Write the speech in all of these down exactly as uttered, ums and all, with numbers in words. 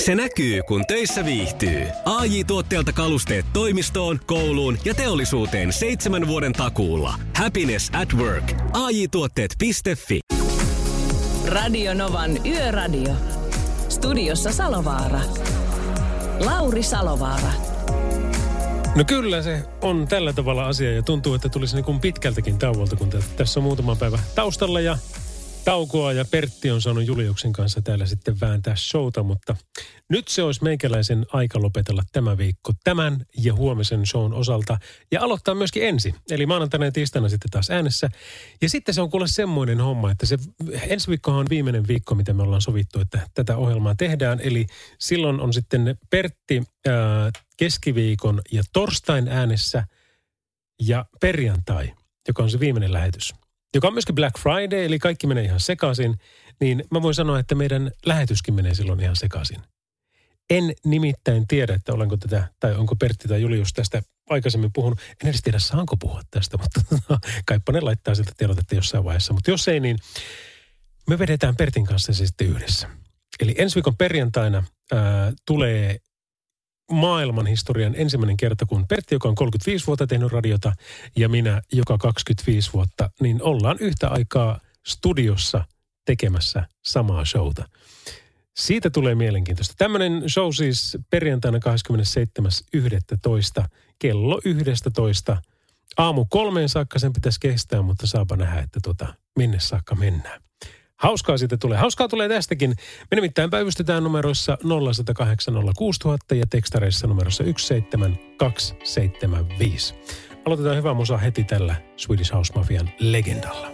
Se näkyy, kun töissä viihtyy. A J-tuotteelta kalusteet toimistoon, kouluun ja teollisuuteen seitsemän vuoden takuulla. Happiness at work. A J tuotteet piste fi. Radio Novan Yöradio. Studiossa Salovaara. Lauri Salovaara. No kyllä se on tällä tavalla asia ja tuntuu, että tulisi niin kuin pitkältäkin tauolta, kun tässä on muutama päivä taustalla ja taukoa ja Pertti on saanut Juliuksen kanssa täällä sitten vääntää showta, mutta nyt se olisi meikäläisen aika lopetella tämä viikko tämän ja huomisen shown osalta ja aloittaa myöskin ensi. Eli maanantaina ja tiistaina sitten taas äänessä. Ja sitten se on kuule semmoinen homma, että se ensi viikkohan on viimeinen viikko, mitä me ollaan sovittu, että tätä ohjelmaa tehdään. Eli silloin on sitten Pertti ää, keskiviikon ja torstain äänessä ja perjantai, joka on se viimeinen lähetys. Joka on myöskin Black Friday, eli kaikki menee ihan sekaisin, niin mä voin sanoa, että meidän lähetyskin menee silloin ihan sekaisin. En nimittäin tiedä, että olenko tätä, tai onko Pertti tai Julius tästä aikaisemmin puhunut. En edes tiedä, saanko puhua tästä, mutta kaipa ne laittaa siltä tiedotetta jossain vaiheessa. Mutta jos ei, niin me vedetään Pertin kanssa se sitten yhdessä. Eli ensi viikon perjantaina ää, tulee maailman historian ensimmäinen kerta, kun Pertti, joka on kolmekymmentäviisi vuotta tehnyt radiota, ja minä, joka kaksikymmentäviisi vuotta, niin ollaan yhtä aikaa studiossa tekemässä samaa showta. Siitä tulee mielenkiintoista. Tämmöinen show siis perjantaina kahdeskymmenesseitsemäs yhdestoista kello yksitoista. Aamu kolmeen saakka sen pitäisi kestää, mutta saapa nähdä, että tota, minne saakka mennään. Hauskaa siitä tulee. Hauskaa tulee tästäkin. Me nimittäin päivystetään numeroissa nolla yksi nolla kahdeksan nolla kuusi nolla nolla nolla ja tekstareissa numerossa yksi seitsemän kaksi seitsemän viisi. Aloitetaan hyvä musa heti tällä Swedish House Mafian legendalla.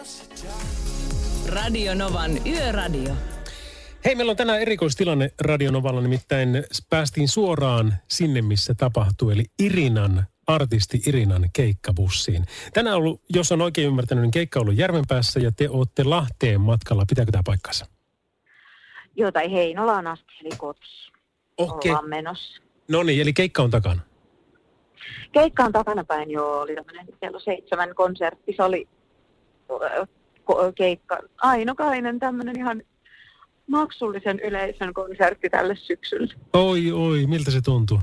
Radio Novan Yöradio. Hei, meillä on tänään erikoistilanne Radio Novalla, nimittäin päästiin suoraan sinne, missä tapahtuu, eli Irinan, artisti Irinan keikkabussiin. Tänään on ollut, jos on oikein ymmärtänyt, niin keikka on ollut Järvenpäässä ja te olette Lahteen matkalla. Pitääkö tämä paikkansa? Joo, tai Heinolaan asti, eli kotiin. Okei. Ollaan menossa. No niin, eli keikka on takana. Keikka on takana päin, joo. Oli tämmöinen kello seitsemän konsertti. Se oli äh, ko- keikka. Ainokainen tämmöinen ihan maksullisen yleisön konsertti tälle syksylle. Oi, oi, miltä se tuntuu?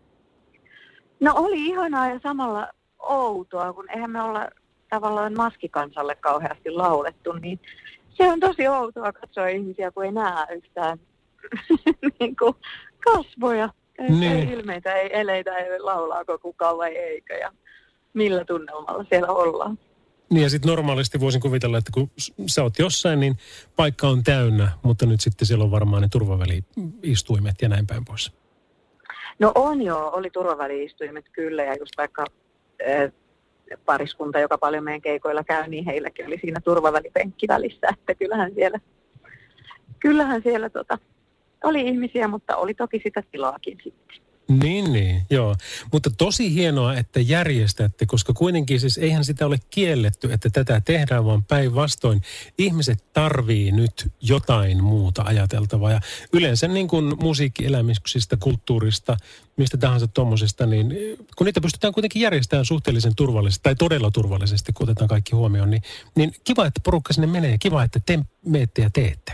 No oli ihanaa ja samalla outoa, kun eihän me olla tavallaan maskikansalle kauheasti laulettu, niin se on tosi outoa katsoa ihmisiä, kun ei näe yhtään niin kuin kasvoja. Ei, niin. ei ilmeitä, ei eleitä, ei laulaako kukaan vai eikö ja millä tunnelmalla siellä ollaan. Niin ja sitten normaalisti voisin kuvitella, että kun sä oot jossain, niin paikka on täynnä, mutta nyt sitten siellä on varmaan ne turvaväliistuimet ja näin päin pois. No on joo, oli turvaväliistuimet kyllä ja just vaikka äh, pariskunta, joka paljon meidän keikoilla käy, niin heilläkin oli siinä turvavälipenkki välissä, että kyllähän siellä, kyllähän siellä tota, oli ihmisiä, mutta oli toki sitä tilaakin sitten. Niin, niin, joo. Mutta tosi hienoa, että järjestätte, koska kuitenkin siis eihän sitä ole kielletty, että tätä tehdään, vaan päinvastoin ihmiset tarvii nyt jotain muuta ajateltavaa. Ja yleensä niin kuin musiikkielämyksistä, kulttuurista, mistä tahansa tuommoisesta, niin kun niitä pystytään kuitenkin järjestämään suhteellisen turvallisesti, tai todella turvallisesti, kun otetaan kaikki huomioon, niin, niin kiva, että porukka sinne menee, kiva, että te meette ja teette.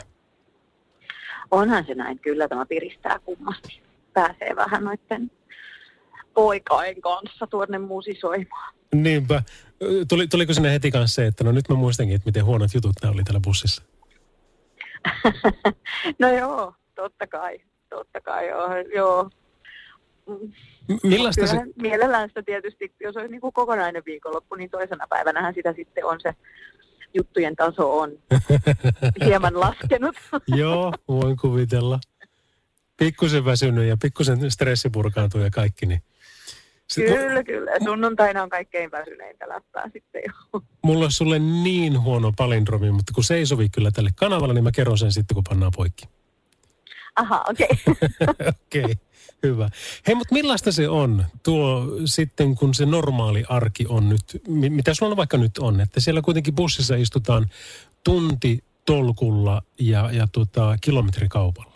Onhan se näin, kyllä tämä piristää kummasti. Pääsee vähän noiden poikain kanssa tuonne musisoimaan. Niinpä. Tuli, tuliko sinne heti kanssa se, että no nyt mä muistankin, että miten huonot jutut nämä oli täällä bussissa? No joo, totta kai. Totta kai, joo. joo. Millaista se... Mielellään sitä tietysti, jos olisi niin kuin kokonainen viikonloppu, niin toisena päivänähän sitä sitten on se juttujen taso on hieman laskenut. Joo, voin kuvitella. Pikkusen väsynyt ja pikkusen stressi purkaantuu ja kaikki. Niin. Kyllä, kyllä. Sunnuntaina on kaikkein väsyneintä läppää sitten jo. Mulla on sulle niin huono palindromi, mutta kun se ei sovi kyllä tälle kanavalle, niin mä kerron sen sitten, kun pannaan poikki. Aha, okei. Okay. Okei, okay, hyvä. Hei, mutta millaista se on tuo sitten, kun se normaali arki on nyt, mitä sulla vaikka nyt on, että siellä kuitenkin bussissa istutaan tunti tolkulla ja, ja tota, kilometrikaupalla?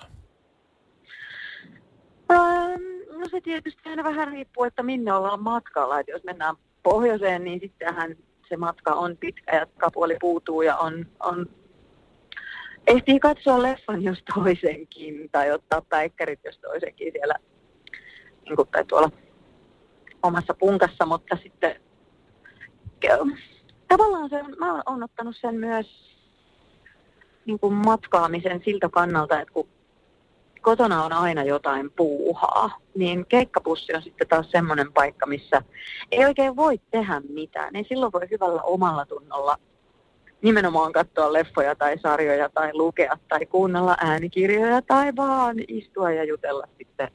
No se tietysti aina vähän riippuu, että minne ollaan matkalla. Että jos mennään pohjoiseen, niin sittenhän se matka on pitkä ja takapuoli puutuu ja on, on ehtii katsoa leffan jos toisenkin tai ottaa päikkärit jos toisenkin siellä niin kuin, tai tuolla omassa punkassa, mutta sitten tavallaan se, mä oon ottanut sen myös niin kuin matkaamisen siltä kannalta, että kun kotona on aina jotain puuhaa, niin keikkapussi on sitten taas semmoinen paikka, missä ei oikein voi tehdä mitään. Niin silloin voi hyvällä omalla tunnolla nimenomaan katsoa leffoja tai sarjoja tai lukea tai kuunnella äänikirjoja tai vaan istua ja jutella sitten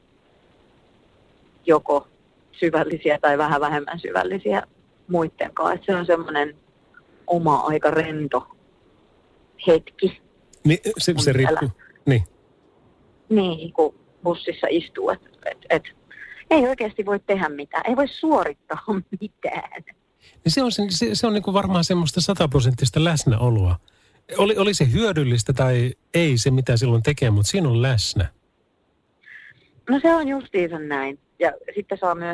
joko syvällisiä tai vähän vähemmän syvällisiä muiden kanssa. Että se on semmoinen oma aika rento hetki. Niin, se, se riippuu. Niin. Niin, kun bussissa istuu, että et, et, ei oikeasti voi tehdä mitään, ei voi suorittaa mitään. Niin se on, se, se on niin kuin varmaan semmoista sataprosenttista läsnäoloa. Oli, oli se hyödyllistä tai ei se, mitä silloin tekee, mutta siinä on läsnä. No se on justiinsa näin. Ja sitten saa myös,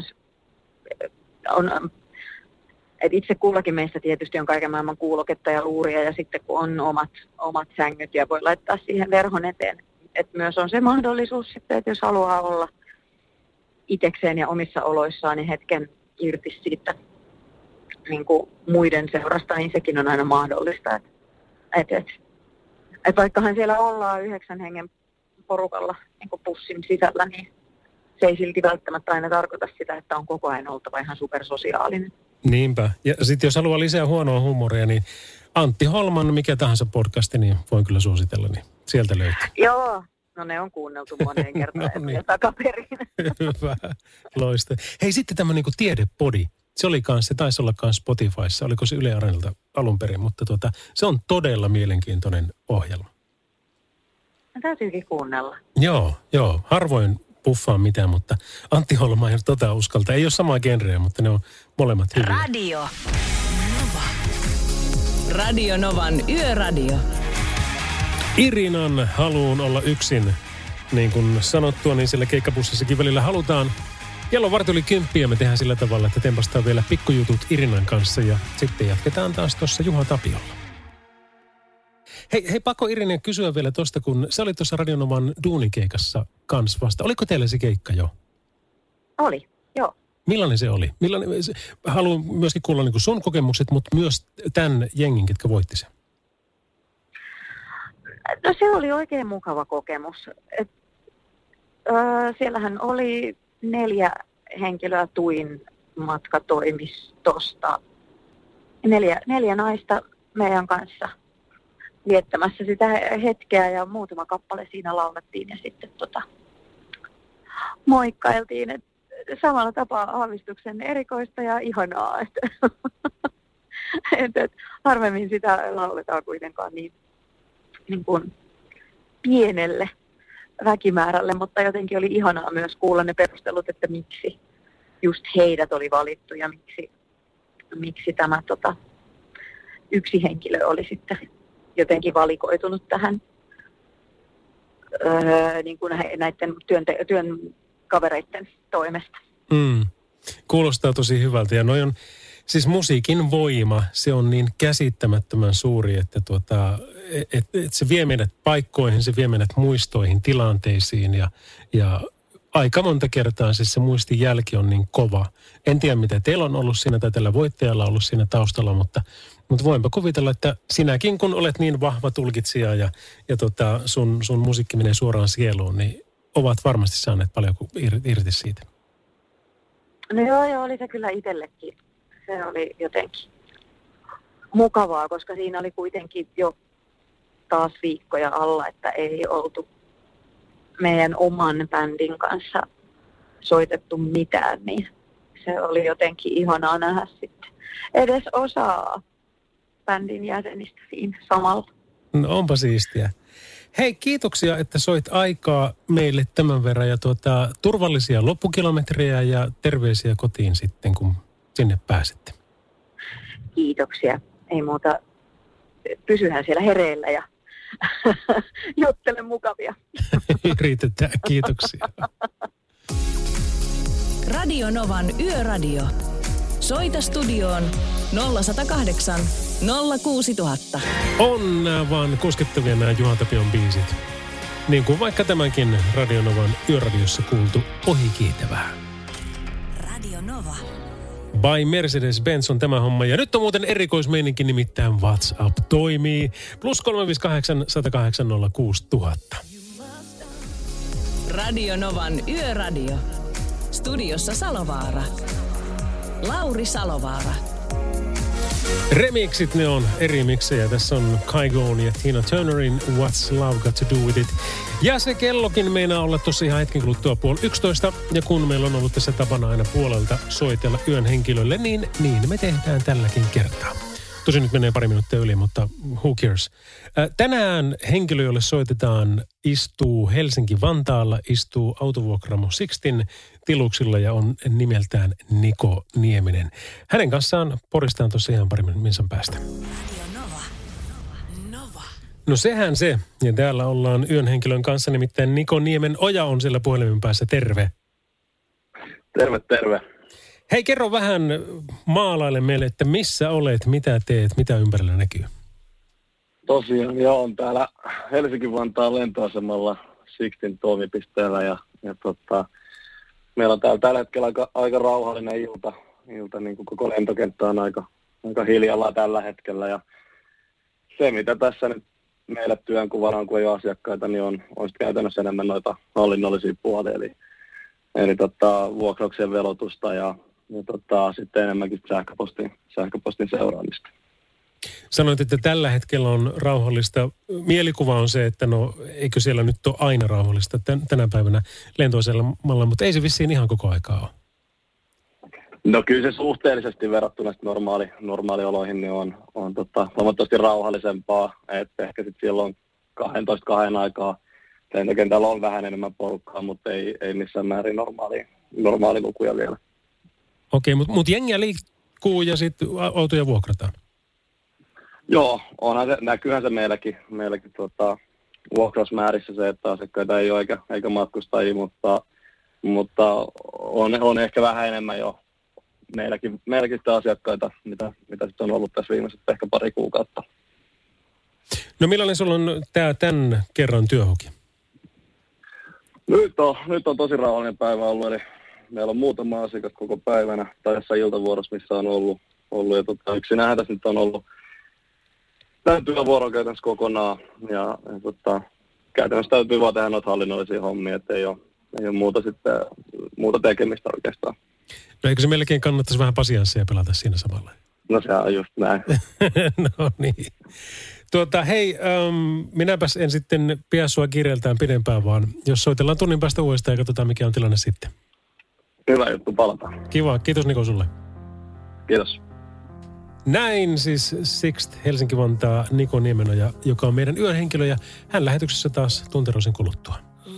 on, että itse kullakin meistä tietysti on kaiken maailman kuuloketta ja luuria ja sitten kun on omat, omat sängyt ja voi laittaa siihen verhon eteen. Että myös on se mahdollisuus sitten, että jos haluaa olla itsekseen ja omissa oloissaan niin hetken irti siitä niin kuin muiden seurasta, niin sekin on aina mahdollista. Että et, et, et vaikkahan siellä ollaan yhdeksän hengen porukalla niin kuin bussin sisällä, niin se ei silti välttämättä aina tarkoita sitä, että on koko ajan oltava ihan supersosiaalinen. Niinpä. Ja sitten jos haluaa lisää huonoa huumoria, niin Antti Holman, mikä tahansa podcasti, niin voin kyllä suositella, niin sieltä löytyy. Joo, no ne on kuunneltu moneen kertaan no niin. Takaperin. Hyvä, loista. Hei, sitten tämä niinku tiedepodi. Se oli kanssa, se taisi olla kanssa Spotifyssa, oliko se Yle Areenalta alun perin, mutta tuota, se on todella mielenkiintoinen ohjelma. No, täytyykin kuunnella. Joo, joo, harvoin puffaan mitään, mutta Antti Holma ei tota uskalta. Ei ole samaa genreä, mutta ne on molemmat hyviä. Radio Nova. Radio Novan Yöradio. Irinan haluun olla yksin, niin kuin sanottua, niin sillä keikkabussissakin välillä halutaan. Kello varti yli kymppiä ja me tehdään sillä tavalla, että tempastaan vielä pikkujutut Irinan kanssa ja sitten jatketaan taas tuossa Juha Tapiolla. Hei, hei pakko Irina kysyä vielä tuosta, kun sä olit tuossa Radio Novan duunikeikassa kans vasta. Oliko teillä se keikka jo? Oli, joo. Millainen se oli? Millainen, haluan myöskin kuulla niin kuin sun kokemukset, mutta myös tämän jengin, ketkä voitti sen. No se oli oikein mukava kokemus. Et, öö, siellähän oli neljä henkilöä tuin matkatoimistosta. Neljä, neljä naista meidän kanssa viettämässä sitä hetkeä ja muutama kappale siinä laulettiin ja sitten tota, moikkailtiin. Et samalla tapaa aavistuksen erikoista ja ihanaa. Et, et, et, harvemmin sitä lauletaan kuitenkaan niin, niin kuin pienelle väkimäärälle, mutta jotenkin oli ihanaa myös kuulla ne perustelut, että miksi just heidät oli valittu ja miksi, miksi tämä tota, yksi henkilö oli sitten jotenkin valikoitunut tähän öö, niin kuin näiden työn, työn kavereiden toimesta. Mm. Kuulostaa tosi hyvältä ja noi on, siis musiikin voima, se on niin käsittämättömän suuri, että tuota, et, et se vie meidät paikkoihin, se vie meidät muistoihin, tilanteisiin ja, ja aika monta kertaa siis se muistin jälki on niin kova. En tiedä, mitä teillä on ollut siinä tai tällä voittajalla on ollut siinä taustalla, mutta, mutta voinpa kuvitella, että sinäkin kun olet niin vahva tulkitsija ja, ja tota, sun, sun musiikki menee suoraan sieluun, niin ovat varmasti saaneet paljon irti siitä. No joo, joo, oli se kyllä itsellekin. Se oli jotenkin mukavaa, koska siinä oli kuitenkin jo taas viikkoja alla, että ei oltu meidän oman bändin kanssa soitettu mitään, niin se oli jotenkin ihanaa nähdä sitten edes osaa bändin jäsenistä siinä samalla. No onpa siistiä. Hei, kiitoksia, että soit aikaa meille tämän verran ja tuota, turvallisia loppukilometrejä ja terveisiä kotiin sitten, kun sinne pääsette. Kiitoksia. Ei muuta. Pysyhän siellä hereillä ja juttele mukavia. Yritetään. Kiitoksia. Radio Novan Yöradio. Soita studioon nolla yksi nolla kahdeksan nolla kuusi tuhatta. On nää vaan koskettavia nämä Juha Tapion biisit. Niin kuin vaikka tämänkin Radio Novan yöradiossa kuultu Ohikiitävää. Radio Nova. By Mercedes-Benz on tämä homma. Ja nyt on muuten erikoismeininki, nimittäin WhatsApp toimii. Plus kolme viisi kahdeksan, sata kahdeksan, nolla kuusi tuhatta. Radio Novan yöradio. Studiossa Salovaara. Lauri Salovaara. Remixit ne on eri miksejä. Tässä on Kygo ja Tina Turnerin What's Love Got To Do With It. Ja se kellokin meinaa olla tossa ihan hetken kuluttua puoli yksitoista. Ja kun meillä on ollut tässä tapana aina puolelta soitella yön henkilölle, niin niin me tehdään tälläkin kertaa. Tosin nyt menee pari minuuttia yli, mutta who cares. Tänään henkilö, jolle soitetaan, istuu Helsinki-Vantaalla, istuu autovuokraamo Sixtin tiluksilla ja on nimeltään Niko Nieminen. Hänen kanssaan poristaan tuossa ihan pari minsan päästä. No sehän se. Ja täällä ollaan yön henkilön kanssa, nimittäin Niko Niemen Oja on siellä puhelimen päässä. Terve. Terve, terve. Hei, kerro vähän maalaille meille, että missä olet, mitä teet, mitä ympärillä näkyy? Tosiaan, joo, on täällä Helsinki-Vantaan lentoasemalla Sixtin toimipisteellä ja, ja tota, meillä on täällä tällä hetkellä aika, aika rauhallinen ilta, ilta niin kuin koko lentokenttä on aika, aika hiljalla tällä hetkellä ja se mitä tässä nyt meille työnkuvana on, kun ei ole asiakkaita, niin on, on käytännössä enemmän noita hallinnollisia puolia, eli, eli tota, vuokrauksien velotusta ja Ja tota, sitten enemmänkin sähköpostin, sähköpostin seuraamista. Sanoit, että tällä hetkellä on rauhallista. Mielikuva on se, että no eikö siellä nyt ole aina rauhallista tänä päivänä lentoasemalla, mutta ei se vissiin ihan koko aikaa ole. No kyllä se suhteellisesti verrattuna normaali, normaalioloihin niin on, on tota, huomattavasti rauhallisempaa. Että ehkä sitten silloin kaksitoista kahden aikaa lentokentällä on vähän enemmän porukkaa, mutta ei, ei missään määrin normaali, normaali lukuja vielä. Okei, mutta mut jengiä liikkuu ja sitten autoja vuokrataan? Joo, onhan se, näkyyhän se meilläkin, meilläkin tota, vuokrausmäärissä se, että asiakkaita ei ole eikä, eikä matkustajia, mutta, mutta on, on ehkä vähän enemmän jo meilläkin, meilläkin sitä asiakkaita, mitä, mitä sitten on ollut tässä viimeiset ehkä pari kuukautta. No millainen sulla on tää tämän kerran työhoki? Nyt on, nyt on tosi rauhallinen päivä ollut, eli meillä on muutama asiakas koko päivänä tai jossain iltavuorossa, missä on ollut. ollut ja tota, yksinähän tässä nyt on ollut tämän työvuoron käytännössä kokonaan. Ja, ja tota, käytännössä täytyy vaan tehdä noita hallinnollisia hommia, että ei ole, ei ole muuta, sitten, muuta tekemistä oikeastaan. No eikö se melkein kannattaisi vähän pasianssia pelata siinä samalla? No sehän on just näin. No niin. Tuota, hei, ähm, minäpäs en sitten pidä sua kirjaltaan pidempään, vaan jos soitellaan tunnin päästä uudestaan ja katsotaan mikä on tilanne sitten. Hyvä juttu, palataan. Kiva, kiitos Niko sulle. Kiitos. Näin siis Sixt Helsinki-Vantaa Niko Niemenoja, joka on meidän yön henkilö ja hän lähetyksessä taas tunteroisen kuluttua.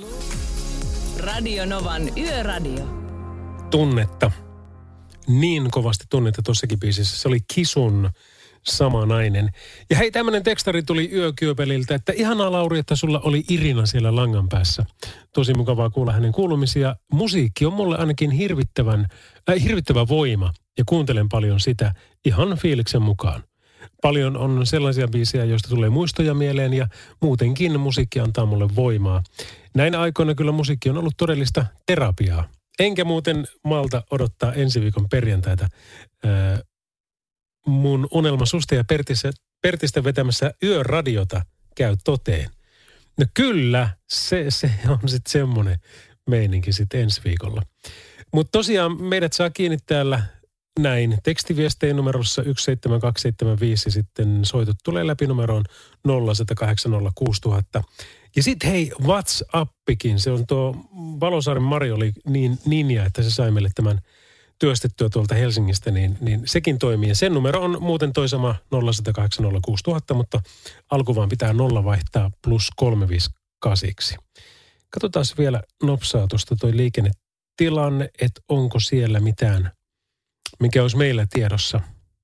Radio Novan yöradio. Tunnetta. Niin kovasti tunnetta tuossakin biisissä. Se oli Kisun Sama nainen. Ja hei, tämmönen tekstari tuli Yökyöpeliltä, että ihanaa Lauri, että sulla oli Irina siellä langan päässä. Tosi mukavaa kuulla hänen kuulumisia. Musiikki on mulle ainakin hirvittävän, äh, hirvittävä voima ja kuuntelen paljon sitä ihan fiiliksen mukaan. Paljon on sellaisia biisejä, joista tulee muistoja mieleen ja muutenkin musiikki antaa mulle voimaa. Näin aikoina kyllä musiikki on ollut todellista terapiaa. Enkä muuten malta odottaa ensi viikon perjantaita äh, mun unelma susta ja Pertistä, Pertistä vetämässä yöradiota käy toteen. No kyllä, se, se on sitten semmoinen meininki sitten ensi viikolla. Mutta tosiaan meidät saa kiinni täällä näin tekstiviestein numerossa yksi seitsemän kaksi seitsemän viisi, sitten soitot tulee läpi numeroon nolla yksi nolla kahdeksan nolla kuusi nolla nolla nolla. Ja sitten hei, WhatsAppikin, se on tuo Valosaaren Mari oli niin ninja, että se sai meille tämän työstettyä tuolta Helsingistä, niin, niin sekin toimii. Ja sen numero on muuten toi sama nolla yksi nolla kahdeksan nolla kuusi nolla nolla nolla, mutta alku vaan pitää nolla vaihtaa plus kolme viisi kahdeksan. Katsotaan vielä nopsaa tuosta toi liikennetilanne, että onko siellä mitään, mikä olisi meillä tiedossa.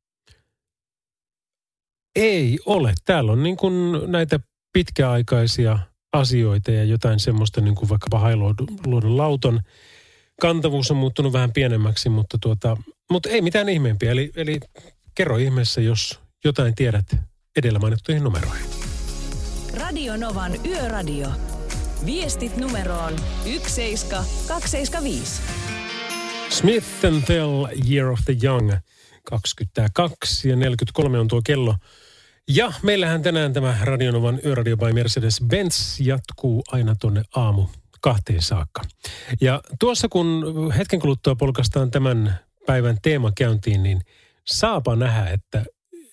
Ei ole. Täällä on niin kuin näitä pitkäaikaisia asioita ja jotain semmoista niin kuin vaikkapa Hailuodon Lauton kantavuus on muuttunut vähän pienemmäksi, mutta, tuota, mutta ei mitään ihmeempiä. Eli, eli kerro ihmeessä, jos, jotain tiedät edellä mainittuihin numeroihin. Radio Novan Yöradio. Viestit numeroon yksi seitsemän kaksi seitsemän viisi. Smith and Tell, Year of the Young. kaksikymmentäkaksi ja neljäkymmentäkolme on tuo kello. Ja meillähän tänään tämä Radio Novan Yöradio by Mercedes-Benz jatkuu aina tuonne aamu kahteen saakka. Ja tuossa kun hetken kuluttua polkastaan tämän päivän teema käyntiin, niin saapa nähdä, että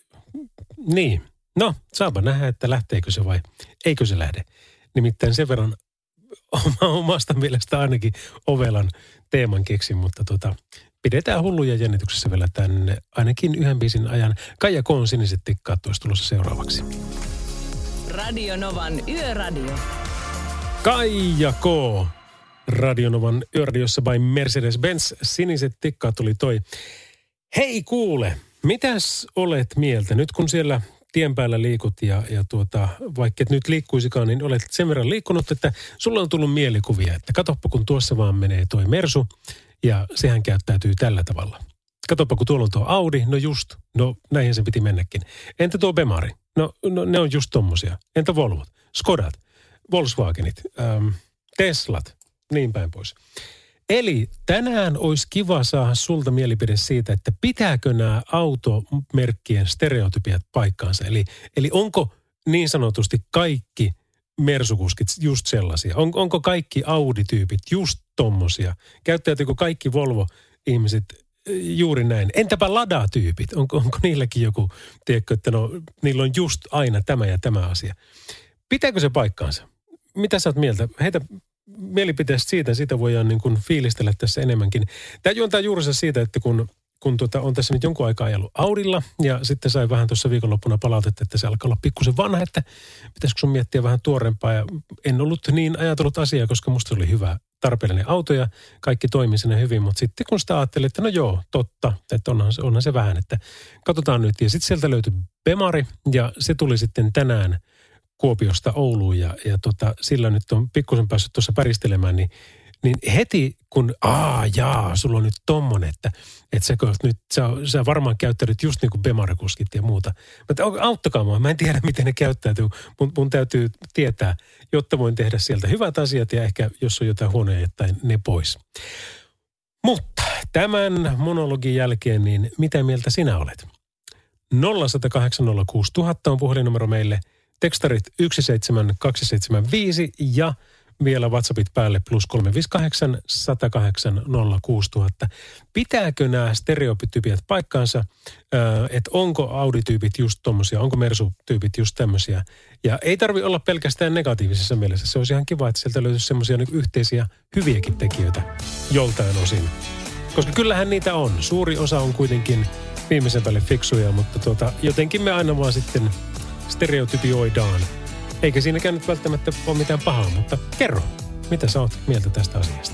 niin, no saapa nähdä, että lähteekö se vai eikö se lähde. Nimittäin sen verran omasta mielestä ainakin ovelan teeman keksin, mutta tota, pidetään hulluja jännityksessä vielä tänne ainakin yhden biisin ajan. Kaija Koon Siniset tikkaat tuossa tulossa seuraavaksi. Radio Novan Yöradio. Kaija K. Radio Novan Yöradiossa by Mercedes-Benz. Siniset tikkaat tuli toi. Hei kuule, mitäs olet mieltä? Nyt kun siellä tien päällä liikut ja, ja tuota, vaikka et nyt liikkuisikaan, niin olet sen verran liikkunut, että sulla on tullut mielikuvia, että katoppa kun tuossa vaan menee toi Mersu ja sehän käyttäytyy tällä tavalla. Katoppa kun tuolla on tuo Audi, no just, no näinhän sen piti mennäkin. Entä tuo Bemari? No, no ne on just tommosia. Entä Volvot, Skodat, Volkswagenit, ähm, Teslat, niin päin pois. Eli tänään olisi kiva saada sulta mielipide siitä, että pitääkö nämä automerkkien stereotypiat paikkaansa. Eli, eli onko niin sanotusti kaikki mersukuskit just sellaisia? On, onko kaikki Audi-tyypit just tommosia? Käyttäytyykö kaikki Volvo-ihmiset juuri näin? Entäpä Lada-tyypit? Onko, onko niilläkin joku, tiedätkö, että no, niillä on just aina tämä ja tämä asia? Pitääkö se paikkaansa? Mitä sä oot mieltä? Heitä mielipiteestä siitä, sitä voidaan niin kuin fiilistellä tässä enemmänkin. Tämä juontaa juurensa siitä, että kun, kun tuota, on tässä nyt jonkun aikaa ajellut Audilla ja sitten sai vähän tuossa viikonloppuna palautetta, että se alkaa olla pikkusen vanha, että pitäisikö sun miettiä vähän tuorempaa ja en ollut niin ajatellut asiaa, koska musta oli hyvä tarpeellinen auto ja kaikki toimi siinä hyvin, mutta sitten kun sitä ajattelin, että no joo, totta, että onhan se, onhan se vähän, että katsotaan nyt ja sitten sieltä löytyi Bemari ja se tuli sitten tänään Kuopiosta Ouluun ja, ja tota, sillä nyt on pikkusen päässyt tuossa päristelemään, niin, niin heti kun, aa jaa, sulla on nyt tommonen, että, että sä, nyt, sä, sä varmaan käyttäydyt just niin kuin Bemari-kuskit ja muuta. Mutta auttakaa mua, mä en tiedä miten ne käyttäytyy, mun, mun täytyy tietää, jotta voin tehdä sieltä hyvät asiat ja ehkä jos on jotain huonoja, jättää ne pois. Mutta tämän monologin jälkeen, niin mitä mieltä sinä olet? nolla yksi nolla kahdeksan nolla kuusi nolla nolla nolla on puhelinnumero meille. Tekstarit yksi seitsemän kaksi seitsemän viisi ja vielä WhatsAppit päälle plus kolme viisi kahdeksan yksi nolla kahdeksan nolla kuusi nolla nolla nolla. Pitääkö nämä stereotypiat paikkaansa, että onko Audi-tyypit just tommosia, onko Mersu-tyypit just tämmöisiä? Ja ei tarvitse olla pelkästään negatiivisessa mielessä. Se olisi ihan kiva, että sieltä löytyisi semmoisia niin yhteisiä hyviäkin tekijöitä joltain osin. Koska kyllähän niitä on. Suuri osa on kuitenkin viimeisen päälle fiksuja, mutta tuota, jotenkin me aina vaan sitten stereotypioidaan. Eikä siinäkään nyt välttämättä ole mitään pahaa, mutta kerro, mitä sä oot mieltä tästä asiasta?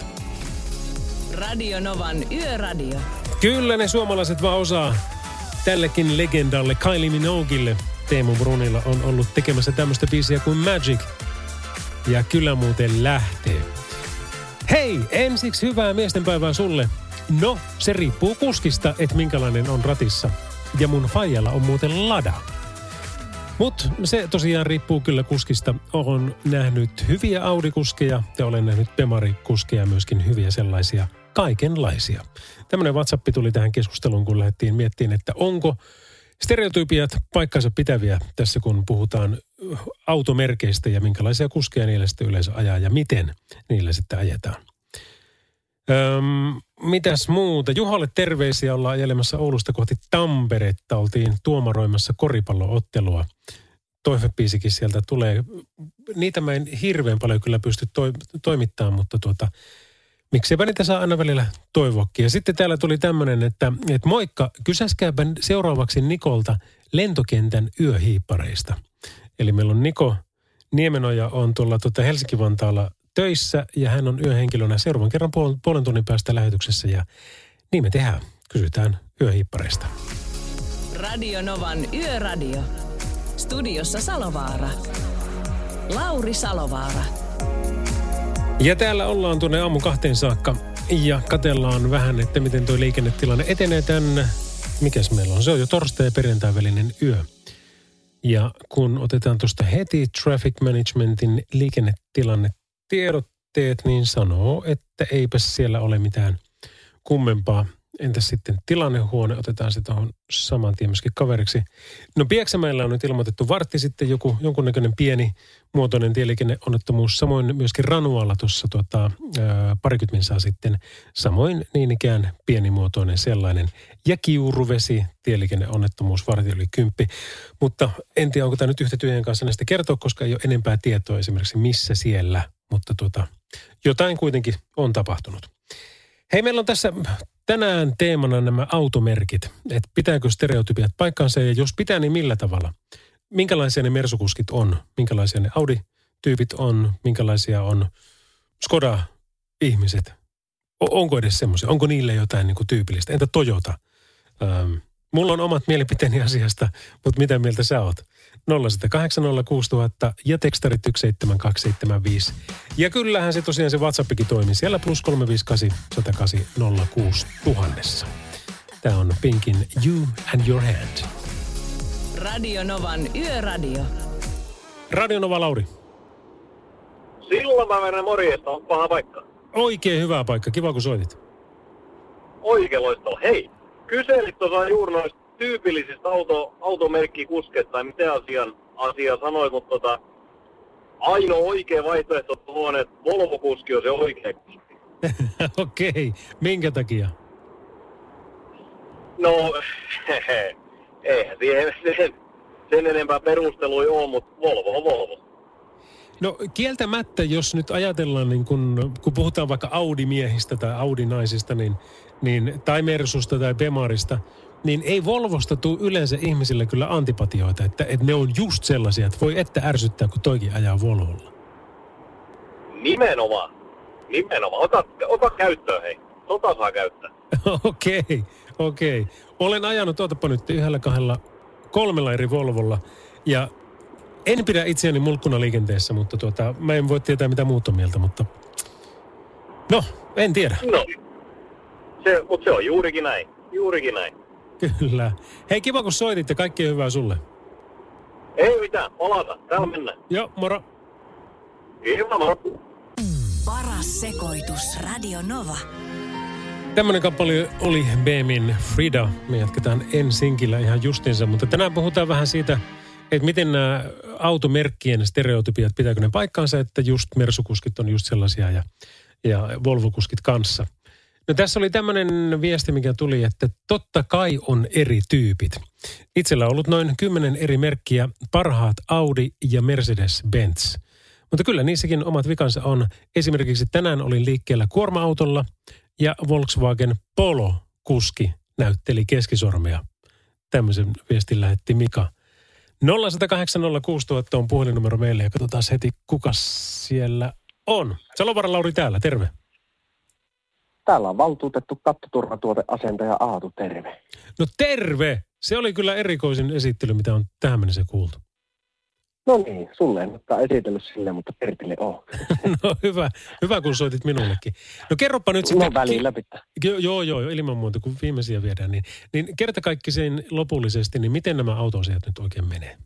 Radio Novan Yöradio. Kyllä ne suomalaiset vaan osaa. Tällekin legendalle Kylie Minoguelle Teemu Brunilla on ollut tekemässä tämmöistä biisiä kuin Magic. Ja kyllä muuten lähtee. Hei, ensiksi hyvää miestenpäivää sulle. No, se riippuu kuskista, että minkälainen on ratissa. Ja mun faijalla on muuten Lada. Mutta se tosiaan riippuu kyllä kuskista. Olen nähnyt hyviä Audi-kuskeja ja olen nähnyt Bemari-kuskeja myöskin hyviä sellaisia, kaikenlaisia. Tämmöinen WhatsApp tuli tähän keskusteluun, kun lähdettiin miettimään, että onko stereotypiat paikkansa pitäviä tässä, kun puhutaan automerkeistä ja minkälaisia kuskeja niillä sitten yleensä ajaa ja miten niillä sitten ajetaan. Öm, mitäs muuta? Juhalle terveisiä, ollaan ajelemassa Oulusta kohti Tamperetta. Oltiin tuomaroimassa koripalloottelua. Toivebiisikin sieltä tulee. Niitä mä en hirveän paljon kyllä pysty toi, toimittamaan, mutta tuota, mikseipä niitä saa aina välillä toivoakin. Ja sitten täällä tuli tämmöinen, että, että moikka, kysäskääpä seuraavaksi Nikolta lentokentän yöhiippareista. Eli meillä on Niko Niemenoja on tuolla tuota Helsinki-Vantaalla töissä ja hän on yöhenkilönä seuraavan kerran puolen, puolen tunnin päästä lähetyksessä ja niin me tehdään. Kysytään yöhiippareista. Radio Novan Yöradio. Studiossa Salovaara. Lauri Salovaara. Ja täällä ollaan tuonne aamu kahteen saakka ja katsellaan vähän, että miten tuo liikennetilanne etenee tämän mikäs meillä on? Se on jo torstai- ja perjantai välinen yö. Ja kun otetaan tuosta heti Traffic Managementin liikennetilanne-tiedotteet, niin sanoo, että eipä siellä ole mitään kummempaa. Entäs sitten tilannehuone, otetaan se tuohon saman tien myöskin kaveriksi. No Pieksämäellä on nyt ilmoitettu vartti sitten joku, jonkunnäköinen pieni muotoinen tieliikenneonnettomuus. Samoin myöskin Ranualla tuossa tuota, parikymmentä minsaa sitten. Samoin niin ikään pienimuotoinen sellainen. Ja Kiuruvesi tieliikenneonnettomuus vartti yli kymppi. Mutta en tiedä, onko tämä nyt yhtä tyhjän kanssa näistä kertoa, koska ei ole enempää tietoa esimerkiksi missä siellä. Mutta tuota, jotain kuitenkin on tapahtunut. Hei, meillä on tässä tänään teemana nämä automerkit, että pitääkö stereotypiat paikkaansa ja jos pitää, niin millä tavalla? Minkälaisia ne Mersukuskit on? Minkälaisia ne Audi-tyypit on? Minkälaisia on Skoda-ihmiset? O- onko edes semmoisia? Onko niille jotain niin kuin tyypillistä? Entä Toyota? Ähm, mulla on omat mielipiteeni asiasta, mutta mitä mieltä sä oot? nolla yksi kahdeksan nolla kuusi nolla nolla nolla ja tekstarit yksi seitsemän kaksi seitsemän viisi. Ja kyllähän se tosiaan se WhatsAppikin toimii siellä plus kolme viisi kahdeksan yksi nolla kahdeksan nolla kuusi tuhannessa. Tää on Pinkin You and Your Hand. Radio Novan Yöradio. Radio Nova Lauri. Silloin mä menen morjesta, on paha paikka. Oikein hyvä paikka, kiva kun soitit. Oikein loistava. Hei, kyselit tuossa juuri noista tyypillisistä auto, automerkkikuskeista tai mitä asian, asia sanoit, mutta tota, ainoa oikea vaihtoehto on, että Volvo-kuski on se oikea kuski. Okei, okay. Minkä takia? No, eihän siihen sen, sen enempää perusteluja ole, mutta Volvo on Volvo. No kieltämättä, jos nyt ajatellaan, niin kun, kun puhutaan vaikka Audi-miehistä tai Audi-naisista, niin, niin, tai Mersusta tai Bemarista, niin ei Volvosta tule yleensä ihmisille kyllä antipatioita, että, että ne on just sellaisia, että voi että ärsyttää, kun toikin ajaa Volvolla. Nimenomaan. Nimenomaan. Ota, ota käyttöön, hei. Tota saa käyttää. Okei, okei. Okay, okay. Olen ajanut, ootapa nyt, yhdellä kahdella, kolmella eri Volvolla, ja en pidä itseäni mulkkuna liikenteessä, mutta tuota, mä en voi tietää mitä muut on mieltä, mutta no, en tiedä. No, se, mutta se on juurikin näin. Juurikin näin. Kyllä. Hei, kiva kun soitit ja kaikkea hyvää sulle. Ei mitään, palata. Täällä mennään. Joo, moro. Hyvä, moro. Paras sekoitus Radio Nova. Tämmöinen kappale oli B M in Frida. Me jatketaan ensinkillä ihan justinsa, mutta tänään puhutaan vähän siitä, että miten nämä automerkkien stereotypiat, pitääkö ne paikkaansa, että just Mersukuskit on just sellaisia ja, ja Volvo-kuskit kanssa. No tässä oli tämmöinen viesti, mikä tuli, että totta kai on eri tyypit. Itsellä on ollut noin kymmenen eri merkkiä, parhaat Audi ja Mercedes-Benz. Mutta kyllä niissäkin omat vikansa on. Esimerkiksi tänään olin liikkeellä kuorma-autolla ja Volkswagen Polo-kuski näytteli keskisormea. Tämmöisen viestin lähetti Mika. nolla yksi kahdeksan nolla kuusi nolla nolla nolla on puhelinnumero meille ja katsotaan heti, kuka siellä on. Salovaara Lauri täällä, terve. Täällä on valtuutettu kattoturvatuoteasentaja Aatu, terve. No terve! Se oli kyllä erikoisin esittely, mitä on tähän mennessä kuultu. No niin, sulle en ottaa esitellyt silleen, mutta Pertille on. No hyvä, hyvä kun soitit minullekin. No kerropa nyt sitten. No välillä pitää. Joo, joo, ilman muuta, kun viimeisiä viedään. Niin, niin kerta kaikki sen lopullisesti, niin miten nämä autoasiat nyt oikein menee?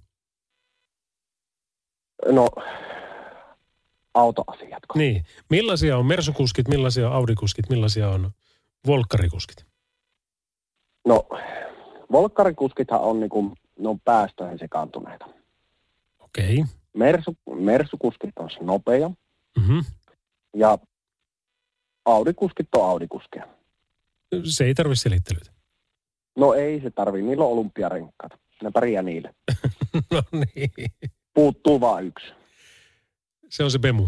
No, autoasiatko? Niin, millaisia on Mersukuskit, millaisia on Audikuskit, millaisia on Volkkarikuskit? No, Volkkarikuskithan on niinku, ne on päästöihin sekaantuneita. Okei. Okay. Mersu, Mersukuskit on nopeja. Mm-hmm. Ja Audikuskit on Audikuskeja. Se ei tarvitse selittelyitä. No ei se tarvii, niillä on olympiarenkkaat. Ne pärjää niille. No niin. Puuttuu vaan yksi. Se on se Bemu.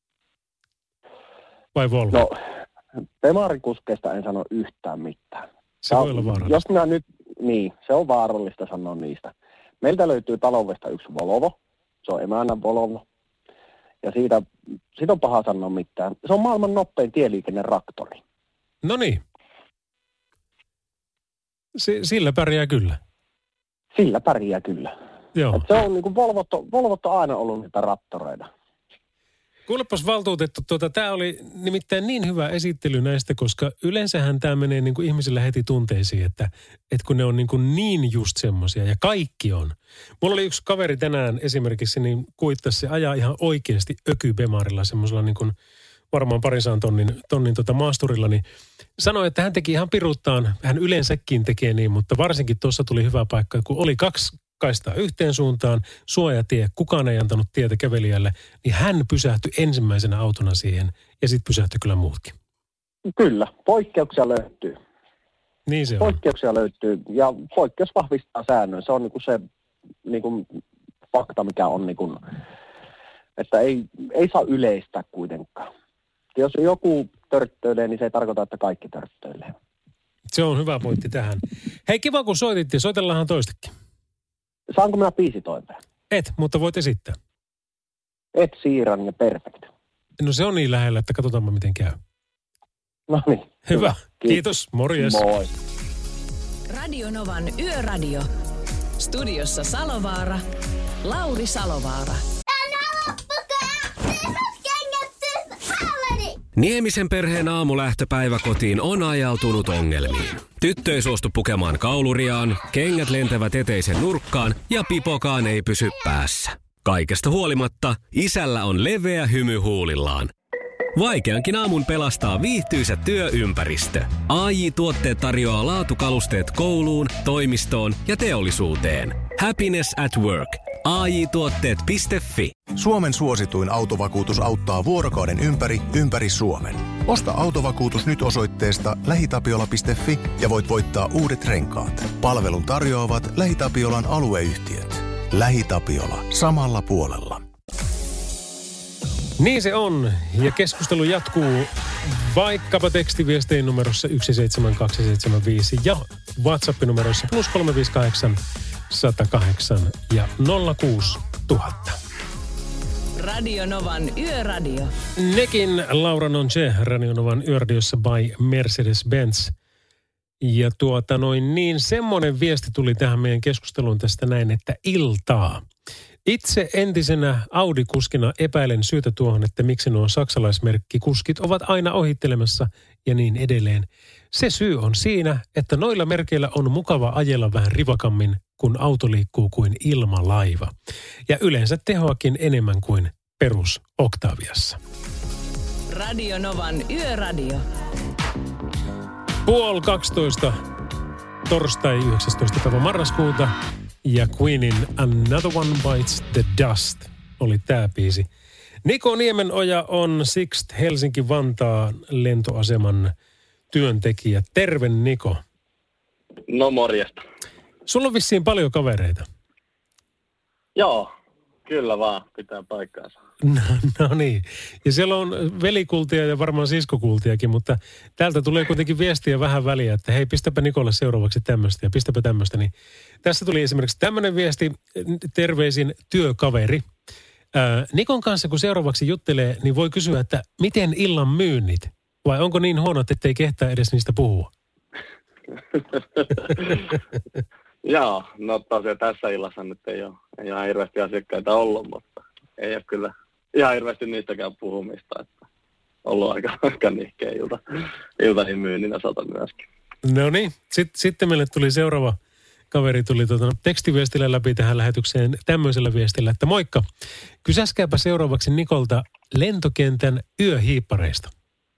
Vai Volvo? No, Bemarikuskeista en sano yhtään mitään. Se voi olla vaarallista. Jos minä nyt, niin, se on vaarallista sanoa niistä. Meiltä löytyy taloudesta yksi Volvo. Se on emännän Volvo. Ja siitä, siitä on paha sanoa mitään. Se on maailman nopein tieliikenneraktori. No niin. S- sillä pärjää kyllä. Sillä pärjää kyllä. Joo. Et se on niin kuin Volvot, Volvot on aina ollut niitä rattoreita. Kuulepas valtuutettu, tuota, tämä oli nimittäin niin hyvä esittely näistä, koska yleensähän tämä menee niin kuin ihmisillä heti tunteisiin, että, että kun ne on niin, kuin niin just semmoisia ja kaikki on. Mulla oli yksi kaveri tänään esimerkiksi, niin kuittasi se ajaa ihan oikeasti ökybemarilla semmoisella niin kuin varmaan parisaan tonnin, tonnin tota maasturilla, niin sanoi, että hän teki ihan piruttaan, hän yleensäkin tekee niin, mutta varsinkin tuossa tuli hyvä paikka, kun oli kaksi kaistaa yhteen suuntaan, suojatie, kukaan ei antanut tietä kävelijälle, niin hän pysähtyi ensimmäisenä autona siihen ja sitten pysähtyi kyllä muutkin. Kyllä, poikkeuksia löytyy. Niin se on. Poikkeuksia löytyy ja poikkeus vahvistaa säännön. Se on niinku se niinku fakta, mikä on, niinku, että ei, ei saa yleistää kuitenkaan. Jos joku törttöilee, niin se ei tarkoita, että kaikki törttöilee. Se on hyvä pointti tähän. Hei, kiva kun soitit ja soitellaanhan toistakin. Saanko minä biisitoimeen? Et, mutta voit esittää. Ed Sheeran ja Perfect. No se on niin lähellä, että katsotaanpa miten käy. No niin. Hyvä. Hyvä. Kiitos. Kiitos. Morjes. Moi. Radio Novan Yöradio. Studiossa Salovaara. Lauri Salovaara. Niemisen perheen aamulähtöpäivä kotiin on ajautunut ongelmiin. Tyttö ei suostu pukemaan kauluriaan, kengät lentävät eteisen nurkkaan ja pipokaan ei pysy päässä. Kaikesta huolimatta, isällä on leveä hymy huulillaan. Vaikeankin aamun pelastaa viihtyisä työympäristö. A J-tuotteet tarjoaa laatukalusteet kouluun, toimistoon ja teollisuuteen. Happiness at work. A J tuotteet piste fi. Suomen suosituin autovakuutus auttaa vuorokauden ympäri, ympäri Suomen. Osta autovakuutus nyt osoitteesta lähitapiola piste fi ja voit voittaa uudet renkaat. Palvelun tarjoavat LähiTapiolan alueyhtiöt. LähiTapiola. Samalla puolella. Niin se on. Ja keskustelu jatkuu vaikkapa tekstiviestein numerossa yksi seitsemän kaksi seitsemän viisi ja WhatsApp-numeroissa plus kolme viisi kahdeksan sata kahdeksan ja nolla kuusi tuhatta. Radio Novan Yöradio. Nekin Laura Nonche Radio Novan Yöradiossa by Mercedes-Benz. Ja tuota noin niin, semmoinen viesti tuli tähän meidän keskusteluun tästä näin, että iltaa. Itse entisenä Audi-kuskina epäilen syytä tuohon, että miksi nuo saksalaismerkkikuskit ovat aina ohittelemassa ja niin edelleen. Se syy on siinä, että noilla merkeillä on mukava ajella vähän rivakammin, kun auto liikkuu kuin ilmalaiva. Ja yleensä tehoakin enemmän kuin perus Octaviassa. Radio Novan Yöradio. Puoli kaksitoista, torstai yhdeksästoista päivä marraskuuta. Ja Queenin Another One Bites the Dust oli tää biisi. Niko Niemenoja on Sixt Helsinki-Vantaan lentoaseman työntekijä. Terve Niko. No morjesta. Sulla on vissiin paljon kavereita. Joo, kyllä vaan, pitää paikkaansa. No, no niin. Ja siellä on velikultia ja varmaan siskokultiakin, mutta täältä tulee kuitenkin viestiä vähän väliä, että hei, pistäpä Nikolle seuraavaksi tämmöistä ja pistäpä tämmöistä. Niin tässä tuli esimerkiksi tämmöinen viesti, terveisin työkaveri. Ää, Nikon kanssa kun seuraavaksi juttelee, niin voi kysyä, että miten illan myynnit? Vai onko niin huonot, ettei kehtaa edes niistä puhua? Joo, no tosiaan tässä illassa nyt ei ole, ei ole hirveästi asiakkaita ollut, mutta ei ole kyllä ihan hirveästi niistäkään puhumista, että on ollut aika, aika nihkeä ilta, iltahin myynnin osalta myöskin. No niin, sitten, sitten meille tuli seuraava kaveri, tuli tuota, tekstiviestillä läpi tähän lähetykseen tämmöisellä viestillä, että moikka, kysäskääpä seuraavaksi Nikolta lentokentän yöhiippareista.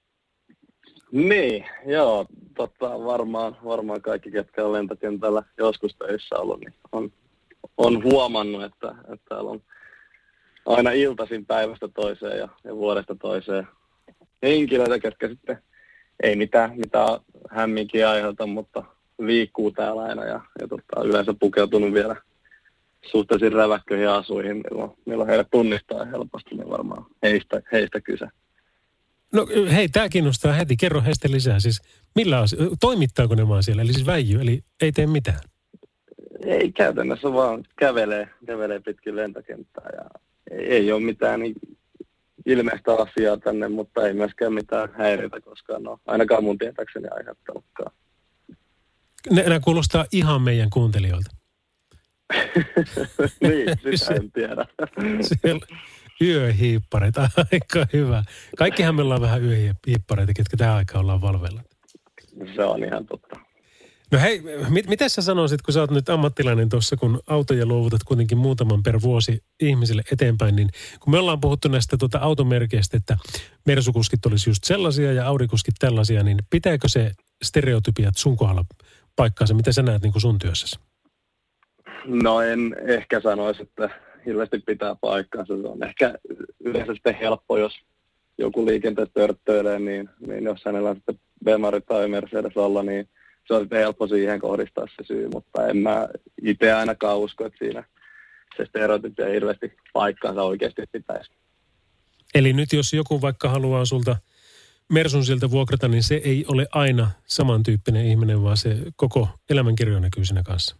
Niin, joo, totta, varmaan, varmaan kaikki, ketkä on lentokentällä joskus töissä ollut, niin on, on huomannut, että, että täällä on aina iltaisin päivästä toiseen ja, ja vuodesta toiseen henkilöitä, ketkä sitten ei mitään, mitään hämminkiä aiheuta, mutta liikkuu täällä aina ja, ja tota, yleensä pukeutunut vielä suhteellisiin räväkköihin asuihin, milloin, milloin heidät tunnistaa helposti, niin varmaan heistä, heistä kyse. No hei, tämä kiinnostaa heti. Kerro heistä lisää. Siis millä asia, toimittaako ne vaan siellä? Eli siis väijy, eli ei tee mitään? Ei käytännössä vaan kävelee, kävelee pitkin lentokenttää ja ei, ei ole mitään niin ilmeistä asiaa tänne, mutta ei myöskään mitään häiriötä koskaan ole ainakaan mun tietääkseni aiheuttanutkaan. Ne, nämä kuulostaa ihan meidän kuuntelijoilta. Niin, sitä en tiedä. Siellä, Yöhiipparit, aika hyvä. Kaikkihan me ollaan vähän yöhiippareita, ketkä tähän aikaan ollaan valveilla. Se on ihan totta. No hei, mit, miten sä sanoisit, kun sä oot nyt ammattilainen tuossa, kun autoja luovutat kuitenkin muutaman per vuosi ihmisille eteenpäin, niin kun me ollaan puhuttu näistä tuota automerkeistä, että Mersukuskit olisi just sellaisia ja Audikuskit tällaisia, niin pitääkö se stereotypiat sun kohdalla paikkaansa? Mitä sä näet niin kuin sun työssäsi? No en ehkä sanoisi, että hirveästi pitää paikkaansa. Se on ehkä yleensä sitten helppo, jos joku liikenteen törttöilee, niin, niin jos hänellä on sitten Bemari tai Mercedes alla, niin se on sitten helppo siihen kohdistaa se syy, mutta en mä itse ainakaan usko, että siinä se stereotypia hirveästi paikkaansa oikeasti pitäisi. Eli nyt jos joku vaikka haluaa sulta Mersun siltä vuokrata, niin se ei ole aina samantyyppinen ihminen, vaan se koko elämänkirjo näkyy siinä kanssa.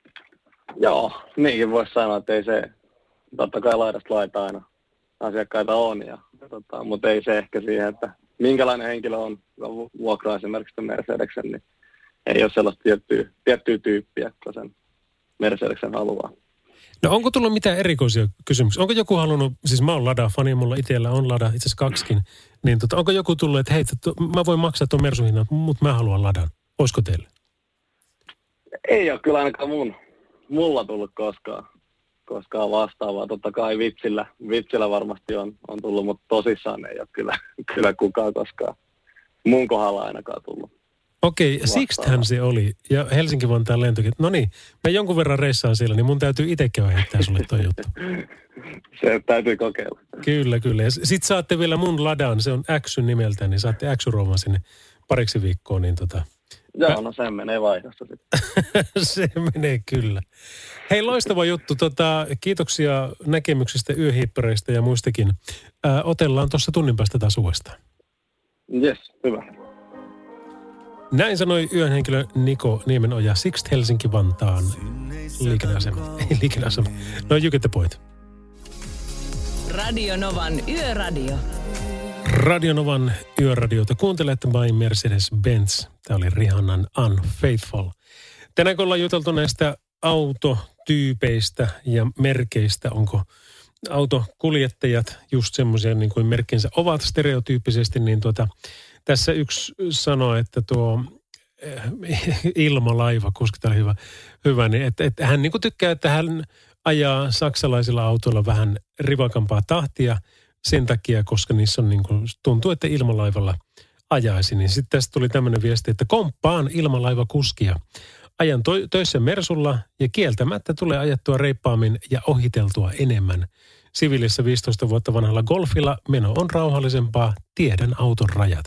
Joo, niinkin voisi sanoa, että ei se, totta kai laidasta laita aina asiakkaita on, ja, ja tota, mutta ei se ehkä siihen, että minkälainen henkilö on, vuokraa esimerkiksi Mercedeksen, niin ei ole sellaista tiettyä, tiettyä tyyppiä, kun sen Mercedeksen haluaa. No onko tullut mitään erikoisia kysymyksiä? Onko joku halunnut, siis mä oon Lada-fani, mulla itsellä on Lada, itse asiassa kaksikin, niin tota, onko joku tullut, että hei, to, mä voin maksaa tuon Mersun hinnan, mutta mä haluan Ladan. Olisiko teille? Ei ole kyllä ainakaan mun, mulla tullut koskaan, koskaan vastaavaa. Totta kai vitsillä, vitsillä varmasti on, on tullut, mutta tosissaan ei ole kyllä, kyllä kukaan koskaan mun kohdalla ainakaan tullut. Okei, Sixthän se oli. Ja Helsinki-Vantaan lentokin. No niin, mä jonkun verran reissaan siellä, niin mun täytyy itse käydä heittää sulle toi juttu. Se täytyy kokeilla. Kyllä, kyllä. Ja sit saatte vielä mun Ladan, se on Xyn nimeltään, niin saatte X-Roman sinne pariksi viikkoon, niin tota... Joo, no se menee vaihdossa sitten. Se menee kyllä. Hei, loistava juttu. Tota, kiitoksia näkemyksistä, yöhiippareista ja muistakin. Ää, otellaan tuossa tunnin päästä taas uudestaan. Jes, hyvä. Näin sanoi yön henkilö Niko Niemenoja Sixt Helsinki-Vantaan liikenneasema. Ei liikenneasema. No you get the point. Radio Novan Yöradio. Radio Novan Yöradiota. Kuuntelette by Mercedes-Benz. Tämä oli Rihannan Unfaithful. Tänään kun ollaan juteltu näistä autotyypeistä ja merkeistä, onko autokuljettajat just semmoisia niin kuin merkkinsä ovat stereotyyppisesti, niin tuota... Tässä yksi sanoo, että tuo ilmalaiva, koska tämä on hyvä, hyvä niin että, että hän niin kuin tykkää, että hän ajaa saksalaisilla autoilla vähän rivakampaa tahtia sen takia, koska niissä on niin kuin, tuntuu, että ilmalaivalla ajaisi. Niin sitten tästä tuli tämmöinen viesti, että komppaan ilmalaivakuskia. Ajan to- töissä Mersulla ja kieltämättä tulee ajettua reippaammin ja ohiteltua enemmän. Siviilissä viisitoista vuotta vanhalla Golfilla meno on rauhallisempaa, tiedän auton rajat.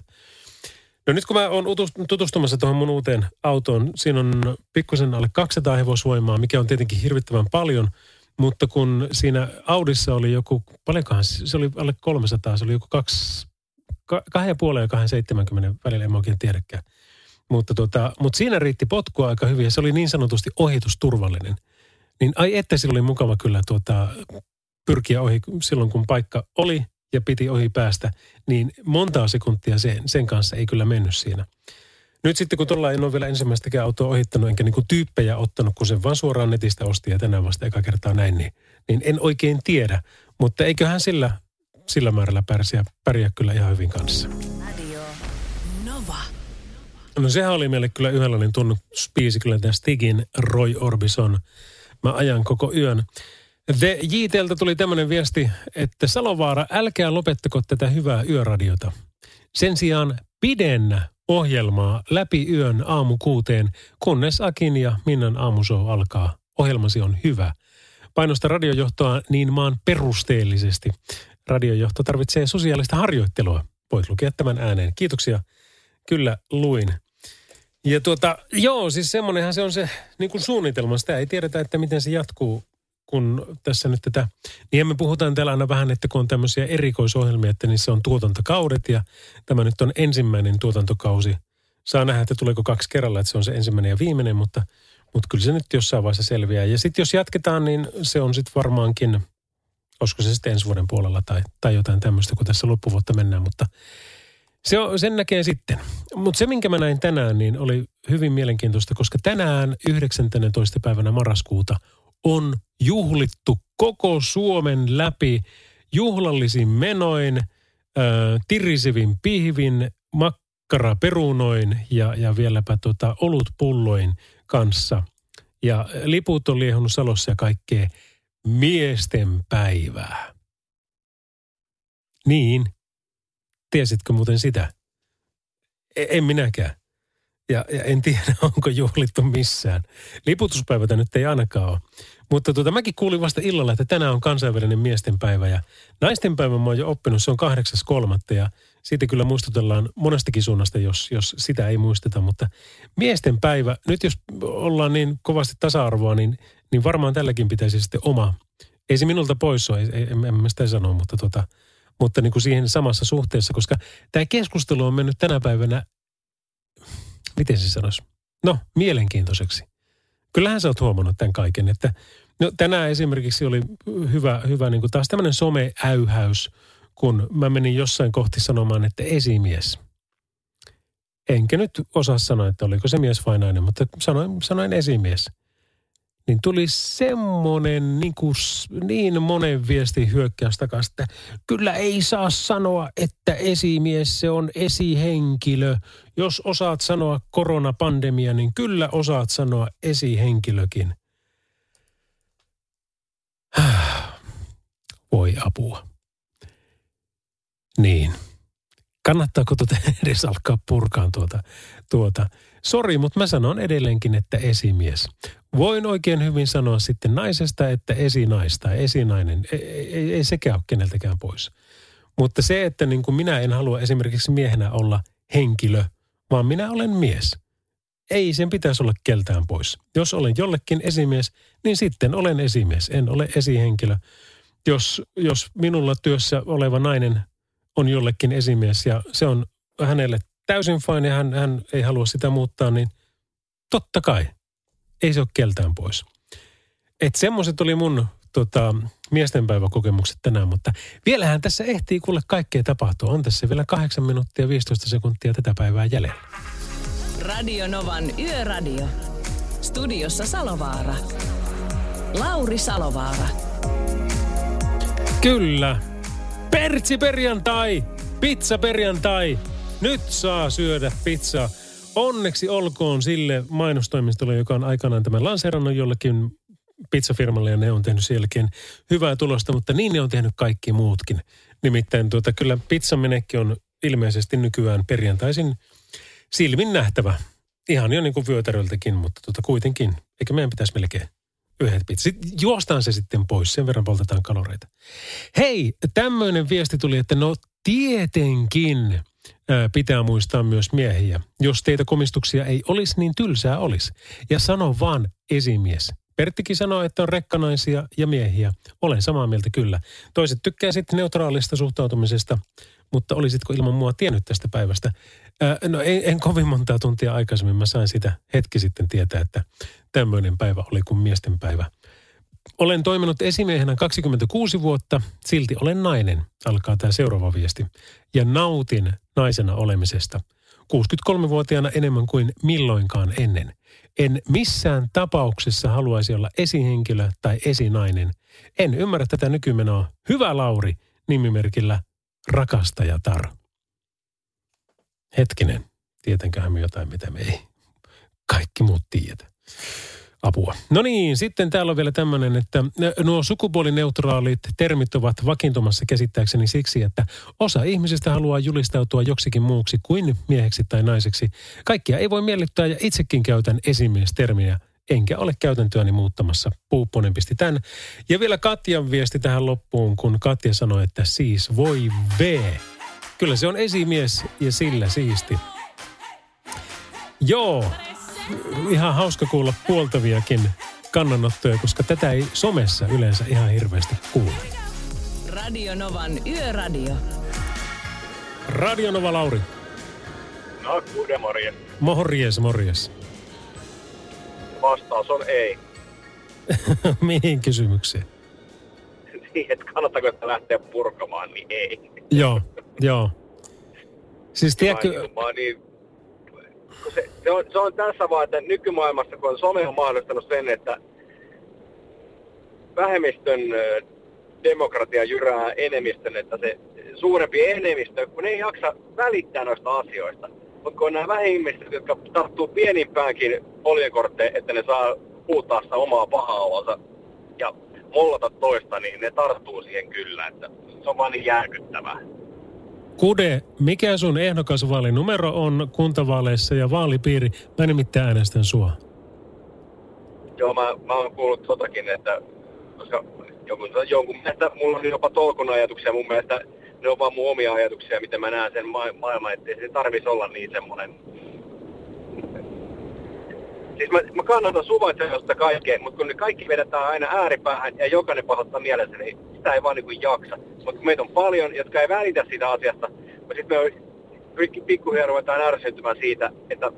No nyt kun mä oon tutustumassa tuohon mun uuteen autoon, siinä on pikkusen alle kaksisataa hevosvoimaa, mikä on tietenkin hirvittävän paljon, mutta kun siinä Audissa oli joku, paljonkohan se oli alle kolmesataa, se oli joku kaksi, kahden ja puolen ja kahden seitsemänkymmentä välillä, en mä oikein tiedäkään. Mutta, tota, mutta siinä riitti potkua aika hyvin ja se oli niin sanotusti ohitusturvallinen. Niin ai että sillä oli mukava kyllä tuota, pyrkiä ohi silloin, kun paikka oli ja piti ohi päästä, niin montaa sekuntia sen, sen kanssa ei kyllä mennyt siinä. Nyt sitten kun tuolla en ole vielä ensimmäistäkään autoa ohittanut, enkä niin kuin tyyppejä ottanut, kun sen vaan suoraan netistä osti ja tänään vasta eka kertaa näin, niin, niin en oikein tiedä. Mutta eiköhän sillä, sillä määrällä pärjää, pärjää kyllä ihan hyvin kanssa. Radio Nova. No sehän oli meille kyllä yhdenlainen tunnusbiisi, kyllä tämä Stigin Roy Orbison. Mä ajan koko yön. The J-teltä tuli tämmöinen viesti, että Salovaara, älkää lopettako tätä hyvää yöradiota. Sen sijaan pidennä ohjelmaa läpi yön aamu kuuteen, kunnes Akin ja Minnan aamushow alkaa. Ohjelmasi on hyvä. Painosta radiojohtoa niin maan perusteellisesti. Radiojohto tarvitsee sosiaalista harjoittelua. Voit lukea tämän ääneen. Kiitoksia. Kyllä luin. Ja tuota, joo, siis semmoinenhan se on se niin kuin suunnitelma. Sitä ei tiedetä, että miten se jatkuu, kun tässä nyt tätä, niin me puhutaan täällä aina vähän, että kun on tämmöisiä erikoisohjelmia, että niissä on tuotantokaudet ja tämä nyt on ensimmäinen tuotantokausi. Saa nähdä, että tuleeko kaksi kerralla, että se on se ensimmäinen ja viimeinen, mutta, mutta kyllä se nyt jossain vaiheessa selviää. Ja sitten jos jatketaan, niin se on sitten varmaankin, olisiko se sitten ensi vuoden puolella tai, tai jotain tämmöistä, kun tässä loppuvuotta mennään, mutta se on, sen näkee sitten. Mutta se, minkä mä näin tänään, niin oli hyvin mielenkiintoista, koska tänään yhdeksästoista päivänä marraskuuta on juhlittu koko Suomen läpi juhlallisin menoin, äh, tirisivin pihvin, makkaraperunoin ja, ja vieläpä tota olutpulloin kanssa. Ja liput on liehunut Salossa ja kaikkea miesten päivää. Niin. Tiesitkö muuten sitä? En minäkään. Ja, ja en tiedä, onko juhlittu missään. Liputuspäivätä nyt ei ainakaan ole. Mutta tuota, mäkin kuulin vasta illalla, että tänään on kansainvälinen miesten päivä. Ja naisten päivä mä oon jo oppinut, se on kahdeksas kolmatta ja siitä kyllä muistutellaan monestakin suunnasta, jos, jos sitä ei muisteta. Mutta miesten päivä, nyt jos ollaan niin kovasti tasa-arvoa, niin, niin varmaan tälläkin pitäisi sitten oma. Ei se minulta pois ole, ei, en, en mä sitä sano, mutta, tota, mutta niin kuin siihen samassa suhteessa, koska tämä keskustelu on mennyt tänä päivänä, miten se sanoisi? No, mielenkiintoiseksi. Kyllähän sä oot huomannut tämän kaiken, että no, tänään esimerkiksi oli hyvä, hyvä niin kuin taas tämmöinen someäyhäys, kun mä menin jossain kohti sanomaan, että esimies. Enkä nyt osaa sanoa, että oliko se mies vai nainen, mutta sanoin, sanoin esimies. Niin tuli semmoinen niin, kuin, niin monen viestin hyökkäys takaisin, että kyllä ei saa sanoa, että esimies se on esihenkilö. Jos osaat sanoa koronapandemia, niin kyllä osaat sanoa esihenkilökin. Voi apua. Niin. Kannattaako tuota edes alkaa purkaan tuota, tuota. Sori, mutta mä sanon edelleenkin, että esimies. Voin oikein hyvin sanoa sitten naisesta, että esinaista, esinainen. Ei, ei, ei sekään ole keneltäkään pois. Mutta se, että niin kuin minä en halua esimerkiksi miehenä olla henkilö, vaan minä olen mies. Ei sen pitäisi olla keltään pois. Jos olen jollekin esimies, niin sitten olen esimies. En ole esihenkilö. Jos, jos minulla työssä oleva nainen on jollekin esimies ja se on hänelle täysin fine ja hän, hän ei halua sitä muuttaa, niin totta kai. Ei se ole keltään pois. Että semmoiset oli mun tota, miestenpäiväkokemukset tänään, mutta vielähän tässä ehtii kuule kaikkea tapahtua. On tässä vielä kahdeksan minuuttia viisitoista sekuntia tätä päivää jäljellä. Radio Novan Yöradio. Studiossa Salovaara. Lauri Salovaara. Kyllä. Pertsi perjantai, pizza perjantai. Nyt saa syödä pizzaa. Onneksi olkoon sille mainostoimistolle, joka on aikanaan tämän lanseerannut jollekin pizzafirmalle ja ne on tehnyt sielläkin hyvää tulosta, mutta niin ne on tehnyt kaikki muutkin. Nimittäin tuota, kyllä pizzamenekki on ilmeisesti nykyään perjantaisin silmin nähtävä. Ihan jo niin kuin vyötäröltäkin, mutta tuota kuitenkin. Eikä meidän pitäisi melkein yhdet pizzat. Sitten juostaan se sitten pois, sen verran poltetaan kaloreita. Hei, tämmöinen viesti tuli, että no tietenkin pitää muistaa myös miehiä. Jos teitä komistuksia ei olisi, niin tylsää olisi. Ja sano vaan esimies. Perttikin sanoo, että on rekkanaisia ja miehiä. Olen samaa mieltä kyllä. Toiset tykkää sitten neutraalista suhtautumisesta, mutta olisitko ilman mua tiennyt tästä päivästä? Ää, no en, en kovin montaa tuntia aikaisemmin. Mä sain sitä hetki sitten tietää, että tämmöinen päivä oli kuin miesten päivä. Olen toiminut esimiehenä kaksikymmentäkuusi vuotta, silti olen nainen, alkaa tämä seuraava viesti. Ja nautin naisena olemisesta. kuusikymmentäkolmevuotiaana enemmän kuin milloinkaan ennen. En missään tapauksessa haluaisi olla esihenkilö tai esinainen. En ymmärrä tätä nykymenoa. Hyvä Lauri, nimimerkillä rakastajatar. Hetkinen, tietenköhän me jotain, mitä me ei kaikki muut tiedä. Apua. No niin, sitten täällä on vielä tämmöinen, että nuo sukupuolineutraalit termit ovat vakiintumassa käsittääkseni siksi, että osa ihmisistä haluaa julistautua joksikin muuksi kuin mieheksi tai naiseksi. Kaikkia ei voi miellyttää ja itsekin käytän esimiestermiä, enkä ole käytäntöäni muuttamassa. Puupponen pisti tän. Ja vielä Katjan viesti tähän loppuun, kun Katja sanoi, että siis voi vee. Kyllä se on esimies ja sillä siisti. Joo. Ihan hauska kuulla puoltaviakin kannanottoja, koska tätä ei somessa yleensä ihan hirveästi kuule. Radio Novan Yöradio. Radio Nova Lauri. No, kuude morjes. Morjes, morjes. Vastaus on ei. Mihin kysymykseen? Niin, että kannattaako että lähteä purkamaan, niin ei. Joo, joo. Siis tiedätkö... Mä niin... Se, se, on, se on tässä vaan, että nykymaailmassa, kun some on mahdollistanut sen, että vähemmistön demokratia jyrää enemmistön, että se suurempi enemmistö, kun ne ei jaksa välittää noista asioista. Mutta kun on nämä vähimmistöt, jotka tarttuu pienimpäänkin oljenkortteen, että ne saa puhuttaa sitä omaa pahaa olonsa ja mollata toista, niin ne tarttuu siihen kyllä, että se on vaan niin järkyttävää. Kude, mikä sun ehdokasvaalinumero on kuntavaaleissa ja vaalipiiri? Mä nimittäin äänestän sua. Joo, mä, mä oon kuullut totakin, että koska jonkun, jonkun mielestä mulla on jopa tolkun ajatuksia, mun mielestä ne on vaan mun omia ajatuksia, miten mä näen sen ma- maailman, ettei se tarvitsisi olla niin semmoinen. Siis mä, mä kannatan suvaitsemusta kaikkeen, mutta kun ne kaikki vedetään aina ääripäähän ja jokainen pahoittaa mielessä, niin sitä ei vaan niin kuin jaksa. Mutta kun meitä on paljon, jotka ei välitä siitä asiasta, mutta sitten me pikkuhiljaa ruvetaan ärsyntymään siitä, että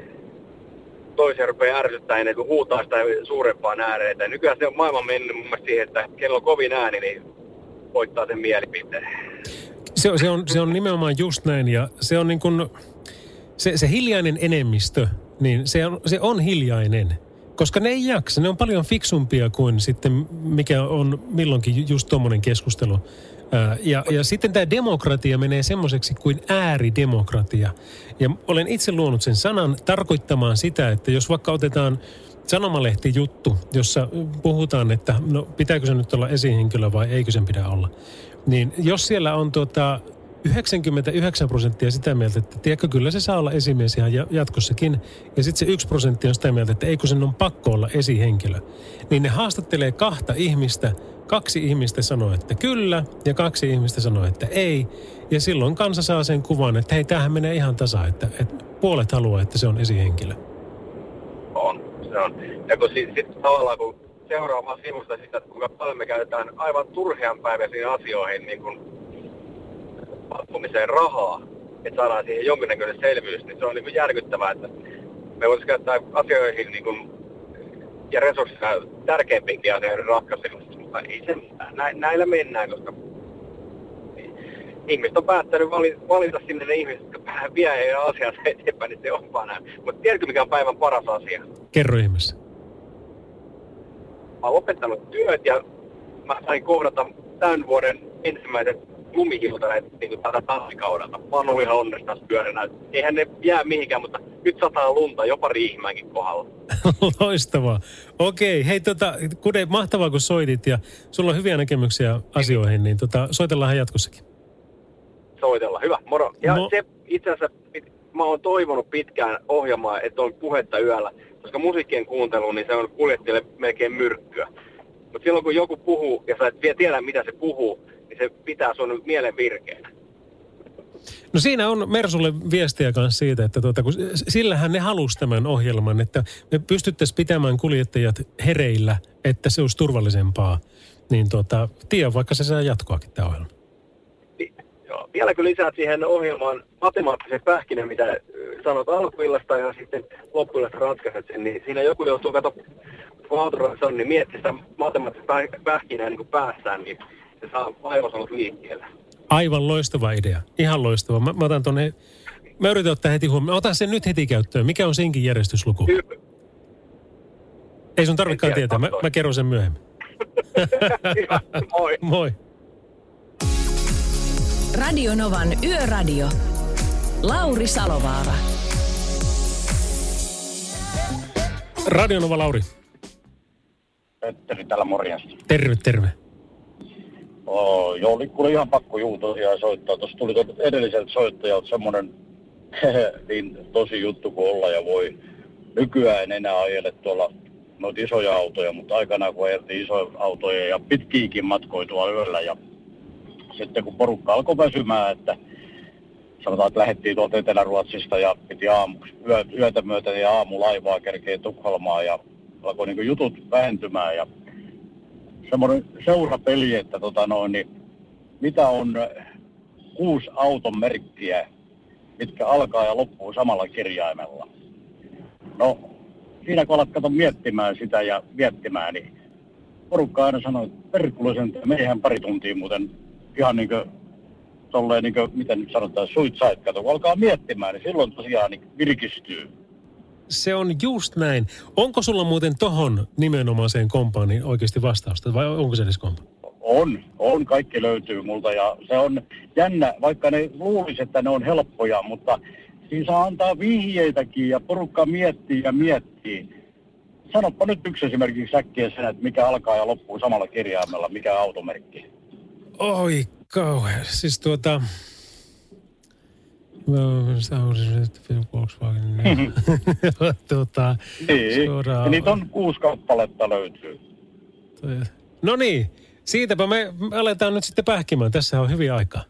toisia rupeaa ärsyttää ennen kuin huutaa sitä suurempaan ääreen. Ja nykyään se on maailman mennyt mun mielestä siihen, että kello on kovin ääni, niin voittaa sen mielipiteen. Se, se, on, se on nimenomaan just näin, ja se on niin kuin, se, se hiljainen enemmistö, niin se on, se on hiljainen, koska ne ei jaksa. Ne on paljon fiksumpia kuin sitten, mikä on milloinkin just tommoinen keskustelu. Ää, ja, ja sitten tämä demokratia menee semmoiseksi kuin ääridemokratia. Ja olen itse luonut sen sanan tarkoittamaan sitä, että jos vaikka otetaan sanomalehtijuttu, jossa puhutaan, että no pitääkö se nyt olla esihenkilö vai eikö sen pidä olla, niin jos siellä on tuota yhdeksänkymmentäyhdeksän prosenttia sitä mieltä, että tiedätkö, kyllä se saa olla esimies ihan jatkossakin, ja sitten se yksi prosentti on sitä mieltä, että eikö sen on pakko olla esihenkilö, niin ne haastattelee kahta ihmistä, kaksi ihmistä sanoo, että kyllä, ja kaksi ihmistä sanoo, että ei, ja silloin kansa saa sen kuvan, että hei, tämähän menee ihan tasa, että, että puolet haluaa, että se on esihenkilö. On, se on. Ja kun sitten sit tavallaan, kun seuraavaan sivusta sitä, että kuinka paljon me käytetään aivan turheanpäiväisiin asioihin, niin kuin pattumiseen rahaa, että saadaan siihen jonkinnäköinen selvyys, niin se on niin kuin järkyttävää, että me voitaisiin käyttää asioihin niin kuin, ja resursseja tärkeimpiinkin asioiden ratkaisemisessa, mutta ei se mitään. Nä, näillä mennään, koska ihmiset on päättänyt valita sinne ne ihmiset, jotka vie heidän asiansa eteenpäin, niin se on vaan näin. Mutta tiedätkö, mikä on päivän paras asia? Kerro ihmeessä. Mä oon lopettanut työt ja mä sain kohdata tämän vuoden ensimmäiset lumihiltaneet niin kuin täältä talvikaudelta. Mä oon ollut ihan onnestaan pyöränä. Eihän ne jää mihinkään, mutta nyt sataa lunta jopa Riihimäenkin kohdalla. Loistavaa. Okei, hei tota, Kude, mahtavaa kun soitit ja sulla on hyviä näkemyksiä asioihin, niin tota, soitellaan jatkossakin. Soitellaan, hyvä, moro. Ja Mo- se itse asiassa, mä oon toivonut pitkään ohjelmaa, että on puhetta yöllä, koska musiikkien kuuntelu, niin se on kuljettajalle melkein myrkkyä. Mutta silloin kun joku puhuu ja sä et vielä tiedä mitä se puhuu, niin se pitää sun mielen virkeänä. No siinä on Mersulle viestiä kanssa siitä, että tuota, kun sillähän ne halusi tämän ohjelman, että me pystyttäisiin pitämään kuljettajat hereillä, että se olisi turvallisempaa. Niin tuota, tiedä, vaikka se saa jatkoakin tämä ohjelma. Niin, joo. Vielä kun lisäät siihen ohjelmaan matemaattisen pähkinän, mitä sanot alkuillasta ja sitten loppuillasta ratkaiset sen, niin siinä joku joutuu katsoa, kun autorassa on, niin miettii sitä matemaattista pähkinää niin kuin päässään, niin se saa aivosolut liikkeelle. Aivan loistava idea. Ihan loistava. Mä, mä otan tonne, mä yritän ottaa heti huomioon. Otan sen nyt heti käyttöön. Mikä on sinkin järjestysluku? Hy- Ei sun tarvitsekaan tietää. Mä, mä kerron sen myöhemmin. Hyvä, moi. Moi. Radio Novan Yöradio. Lauri Salovaara. Radio Nova, Lauri. Petteri täällä, morjens. Terve, terve. Oh, joo, oli kuule ihan pakko juu tosiaan soittaa. Tuossa tuli edelliseltä soittajalta semmoinen niin tosi juttu kuin olla ja voi. Nykyään en enää ajele tuolla noita isoja autoja, mutta aikanaan kun ajeltiin isoja autoja ja pitkiäkin matkoja tuolla yöllä. Ja sitten kun porukka alkoi väsymään, että sanotaan, että lähdettiin tuolta Etelä-Ruotsista ja piti aamuksi, yö, yötä myöten ja aamulaivaa kerkeen Tukholmaan ja alkoi niin kuin jutut vähentymään ja semmoinen seurapeli, että tota noin, niin mitä on kuusi auton merkkiä, mitkä alkaa ja loppuu samalla kirjaimella. No, siinä kun alat kato miettimään sitä ja miettimään, niin porukka aina sanoo, että perkuloisen, että meihän pari tuntia muuten ihan niin kuin tolleen niin kuin, miten nyt sanotaan, suitsait, kato, kun alkaa miettimään, niin silloin tosiaan niin virkistyy. Se on just näin. Onko sulla muuten tohon nimenomaiseen kompaan niin oikeasti vastausta, vai onko se edes kompa? On, on, kaikki löytyy multa ja se on jännä, vaikka ne luulisi, että ne on helppoja, mutta siinä saa antaa vihjeitäkin ja porukka miettii ja miettii. Sanoppa nyt yksi esimerkiksi äkkiä sen, että mikä alkaa ja loppuu samalla kirjaimella, mikä automerkki. Oi kauhean, siis tuota... Volkswagen. tuota, niin, suoraan... ja niitä on kuusi kappaletta löytyy. No niin, siitäpä me aletaan nyt sitten pähkimään. Tässä on hyvin aikaa.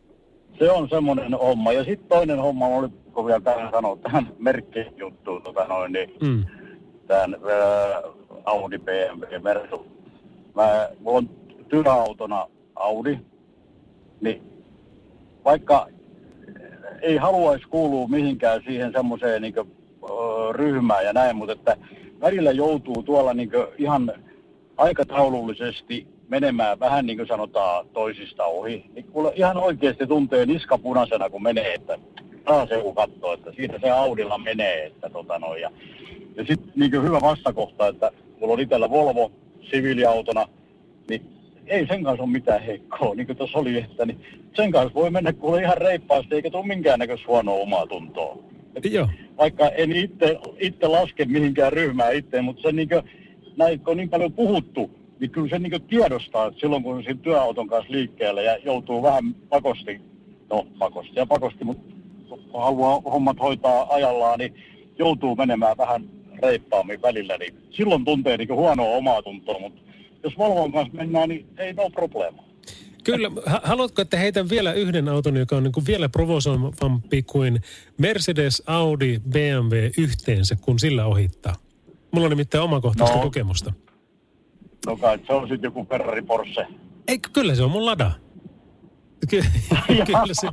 Se on semmoinen homma. Ja sitten toinen homma, oli kun vielä tähän sanoa, tähän merkkijuttuun, tota noin, niin mm. tämän ää, Audi, B M W, Mersu. Mä, mulla on työautona Audi, niin vaikka ei haluaisi kuulua mihinkään siihen semmoiseen niin kuin, ö, ryhmään ja näin, mutta että välillä joutuu tuolla niin kuin, ihan aikataulullisesti menemään vähän niin kuin sanotaan toisista ohi. Niin kuule ihan oikeasti tuntee niska punaisena, kun menee, että taas joku katsoo, että siitä se Audilla menee. Että, tota noin, ja ja sitten niin kuin hyvä vastakohta, että mulla on itsellä Volvo siviiliautona, niin ei sen kanssa ole mitään heikkoa, niin kuin tuossa oli, että niin sen kanssa voi mennä kuule ihan reippaasti, eikä tule minkäännäköistä huonoa omaa tuntoa. Vaikka en itse, itse laske mihinkään ryhmään itse, mutta se niin kuin, näin, kun on niin paljon puhuttu, niin kyllä se niin kuin tiedostaa, että silloin kun on siinä työauton kanssa liikkeellä ja joutuu vähän pakosti, no pakosti ja pakosti, mutta kun haluaa hommat hoitaa ajallaan, niin joutuu menemään vähän reippaammin välillä, niin silloin tuntee niin kuin huonoa omaa tuntoa, mutta jos Volvon kanssa mennään, niin ei ole probleema. Kyllä. Haluatko, että heitän vielä yhden auton, joka on niin kuin vielä provosoivampi kuin Mercedes, Audi, B M W yhteensä, kun sillä ohittaa? Mulla on nimittäin omakohtaista no, kokemusta. No kai, se on sitten joku Ferrari Porsche. Ei, kyllä se on mun Lada. Ky- kyllä se.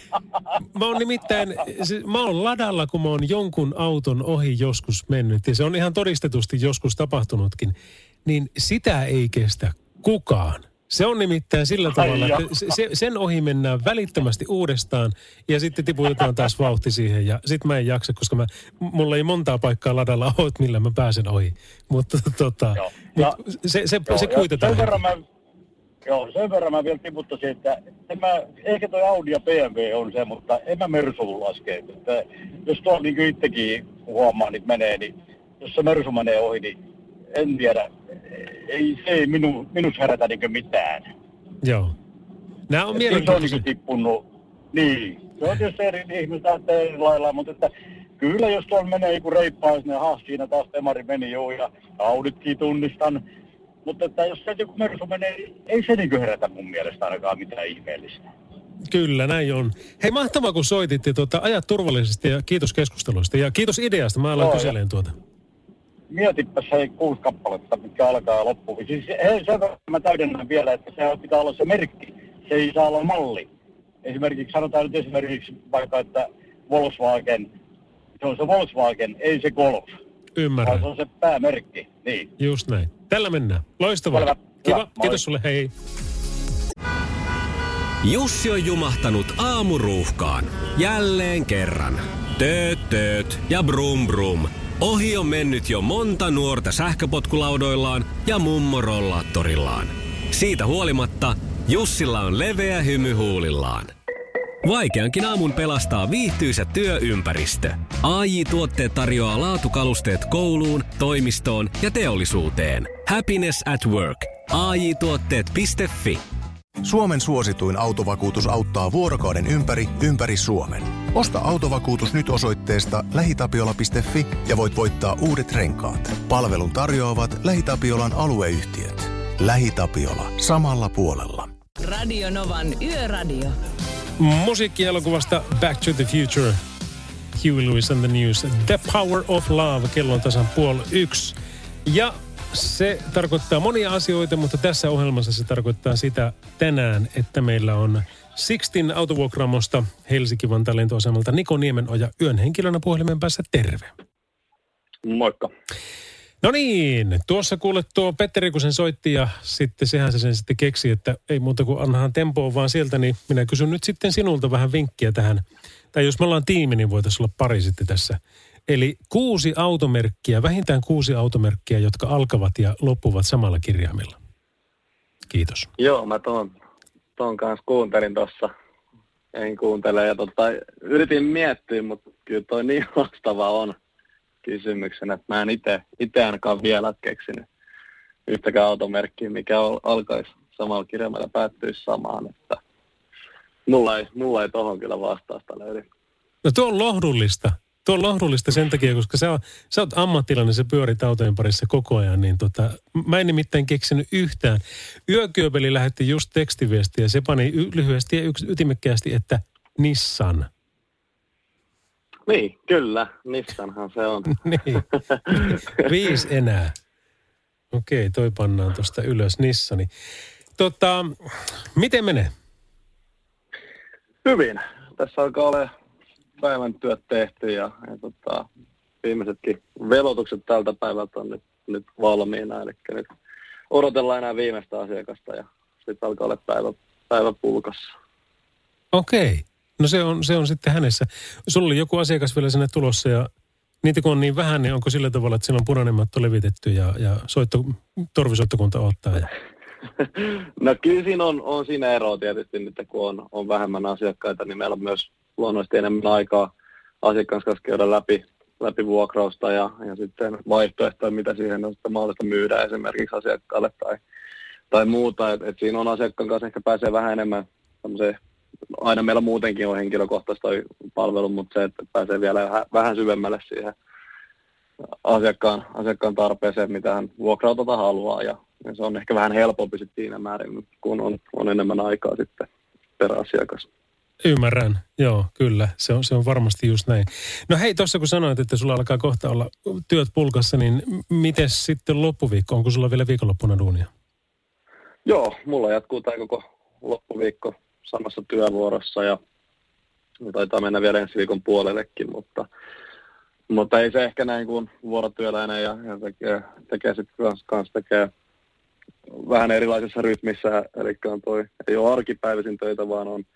Mä oon nimittäin, se, mä oon Ladalla, kun mä oon jonkun auton ohi joskus mennyt, ja se on ihan todistetusti joskus tapahtunutkin, niin sitä ei kestä kukaan. Se on nimittäin sillä tavalla, että se, sen ohi mennään välittömästi uudestaan ja sitten tiputetaan taas vauhti siihen ja sitten mä en jaksa, koska mä, mulla ei montaa paikkaa Ladalla ole, millä mä pääsen ohi. Mutta tota, mut se, se, joo, se kuitataan. Sen verran mä, joo, sen verran mä vielä tiputtaisin, että en mä, ehkä toi Audi ja B M W on se, mutta en mä Mersuun laske. Että jos tuolla niin kuin itsekin huomaa, niin menee, niin jos se Mersu menee ohi, niin en tiedä. Ei, se ei minu, minus herätä niin mitään. Joo. Nämä on mielenkiintoisia. Se on niin tippunut. Niin. Se on tietysti eri ihmistä eri lailla, mutta että kyllä jos tuolla menee joku reippaus, niin aha, siinä taas Temari meni joo ja Auditkin tunnistan. Mutta että jos se joku Mersu menee, ei se niin herätä mun mielestä ainakaan mitään ihmeellistä. Kyllä, näin on. Hei, mahtavaa kun soitit ja tuota, ajat turvallisesti ja kiitos keskusteluista ja kiitos ideasta. Mä aloin kyseleen tuota. Mietipäs hei kuusi kappaletta, mitkä alkaa ja loppuu. Siis hei, sen verran mä täydennän vielä, että se pitää olla se merkki. Se ei saa olla malli. Esimerkiksi sanotaan nyt esimerkiksi vaikka, että Volkswagen, se on se Volkswagen, ei se Golf. Ymmärrän. Se on se päämerkki, niin. Just näin. Tällä mennään. Loistavaa. Kiva. Kiva. Kiitos sulle, hei. Jussi on jumahtanut aamuruuhkaan. Jälleen kerran. Tööt, tööt ja brum brum. Ohi on mennyt jo monta nuorta sähköpotkulaudoillaan ja mummorollaattorillaan. Siitä huolimatta Jussilla on leveä hymy huulillaan. Vaikeankin aamun pelastaa viihtyisä työympäristö. A J-tuotteet tarjoaa laatukalusteet kouluun, toimistoon ja teollisuuteen. Happiness at work. A J tuotteet piste fi. Suomen suosituin autovakuutus auttaa vuorokauden ympäri, ympäri Suomen. Osta autovakuutus nyt osoitteesta lähitapiola piste fi ja voit voittaa uudet renkaat. Palvelun tarjoavat LähiTapiolan alueyhtiöt. LähiTapiola. Samalla puolella. Radio Novan Yöradio. Musiikkielokuvasta Back to the Future. Huey Lewis and the News. The Power of Love. Kello on tasan puoli yksi. Ja se tarkoittaa monia asioita, mutta tässä ohjelmassa se tarkoittaa sitä tänään, että meillä on Sixtin autovuokraamosta Helsinki-Vantaan lentoasemalta Niko Niemenoja yön henkilönä puhelimen päässä. Terve. Moikka. No niin, tuossa kuulet tuo Petteri, kun sen soitti ja sitten sehän se sen sitten keksi, että ei muuta kuin annahan tempoa vaan sieltä, niin minä kysyn nyt sitten sinulta vähän vinkkiä tähän. Tai jos me ollaan tiimi, niin voitaisiin olla pari sitten tässä. Eli kuusi automerkkiä, vähintään kuusi automerkkiä, jotka alkavat ja loppuvat samalla kirjaimella. kiitos. Joo, mä ton, ton kanssa kuuntelin tossa. En kuuntele ja tota, yritin miettiä, mutta kyllä toi niin haastava on kysymyksenä, että mä en ite, ite ainakaan vielä keksinyt yhtäkään automerkkiä, mikä ol, alkaisi samalla kirjaimella päättyisi samaan, että mulla ei, mulla ei tohon kyllä vastausta löydy. No tuo on lohdullista. Tuo on lohdullista sen takia, koska sä, sä oot ammattilainen, sä pyörit autojen parissa koko ajan, niin tota, mä en nimittäin keksinyt yhtään. Yökyöpeli lähetti just tekstiviestiä ja se pani y- lyhyesti ja yks, ytimekkäästi, että Nissan. Niin, kyllä. Nissanhan se on. Niin. Viisi enää. Okei, toi pannaan tuosta ylös, Nissani. Tota, miten menee? Hyvin. Tässä alkaa olla päivän työt tehty ja, ja tota, viimeisetkin velotukset tältä päivältä on nyt, nyt valmiina. Eli nyt odotellaan enää viimeistä asiakasta ja sitten alkaa olla päivä, päivä pulkassa. Okei. No se on, se on sitten hänessä. Sulla oli joku asiakas vielä sinne tulossa ja niitä kun on niin vähän, niin onko sillä tavalla, että siellä on punainen matto levitetty ja, ja soitto, torvisoittokunta ottaa? Ja... No kyllä siinä on, on siinä eroa tietysti nyt, kun on, on vähemmän asiakkaita, niin meillä on myös luonnollisesti enemmän aikaa asiakkaan kanssa käydä läpi, läpi vuokrausta ja, ja sitten vaihtoehtoja, mitä siihen on sitten mahdollista myydä esimerkiksi asiakkaalle tai, tai muuta. Et, et siinä on asiakkaan kanssa ehkä pääsee vähän enemmän aina meillä muutenkin on henkilökohtaista palvelu, mutta se, että pääsee vielä vähän syvemmälle siihen asiakkaan, asiakkaan tarpeeseen, mitä hän vuokrautota haluaa. Ja, ja se on ehkä vähän helpompi sitten siinä määrin, kun on, on enemmän aikaa sitten per asiakas. Ymmärrän, joo, kyllä. Se on, se on varmasti just näin. No hei, tuossa kun sanoit, että sulla alkaa kohta olla työt pulkassa, niin miten sitten loppuviikko? Onko sulla vielä viikonloppuna duunia? Joo, mulla jatkuu tämä koko loppuviikko samassa työvuorossa ja taitaa mennä vielä ensi viikon puolellekin, mutta, mutta ei se ehkä näin kuin vuorotyöläinen ja, ja tekee, tekee sitten kans, kans tekee vähän erilaisessa rytmissä, eli on toi, ei ole arkipäivisin töitä, vaan on,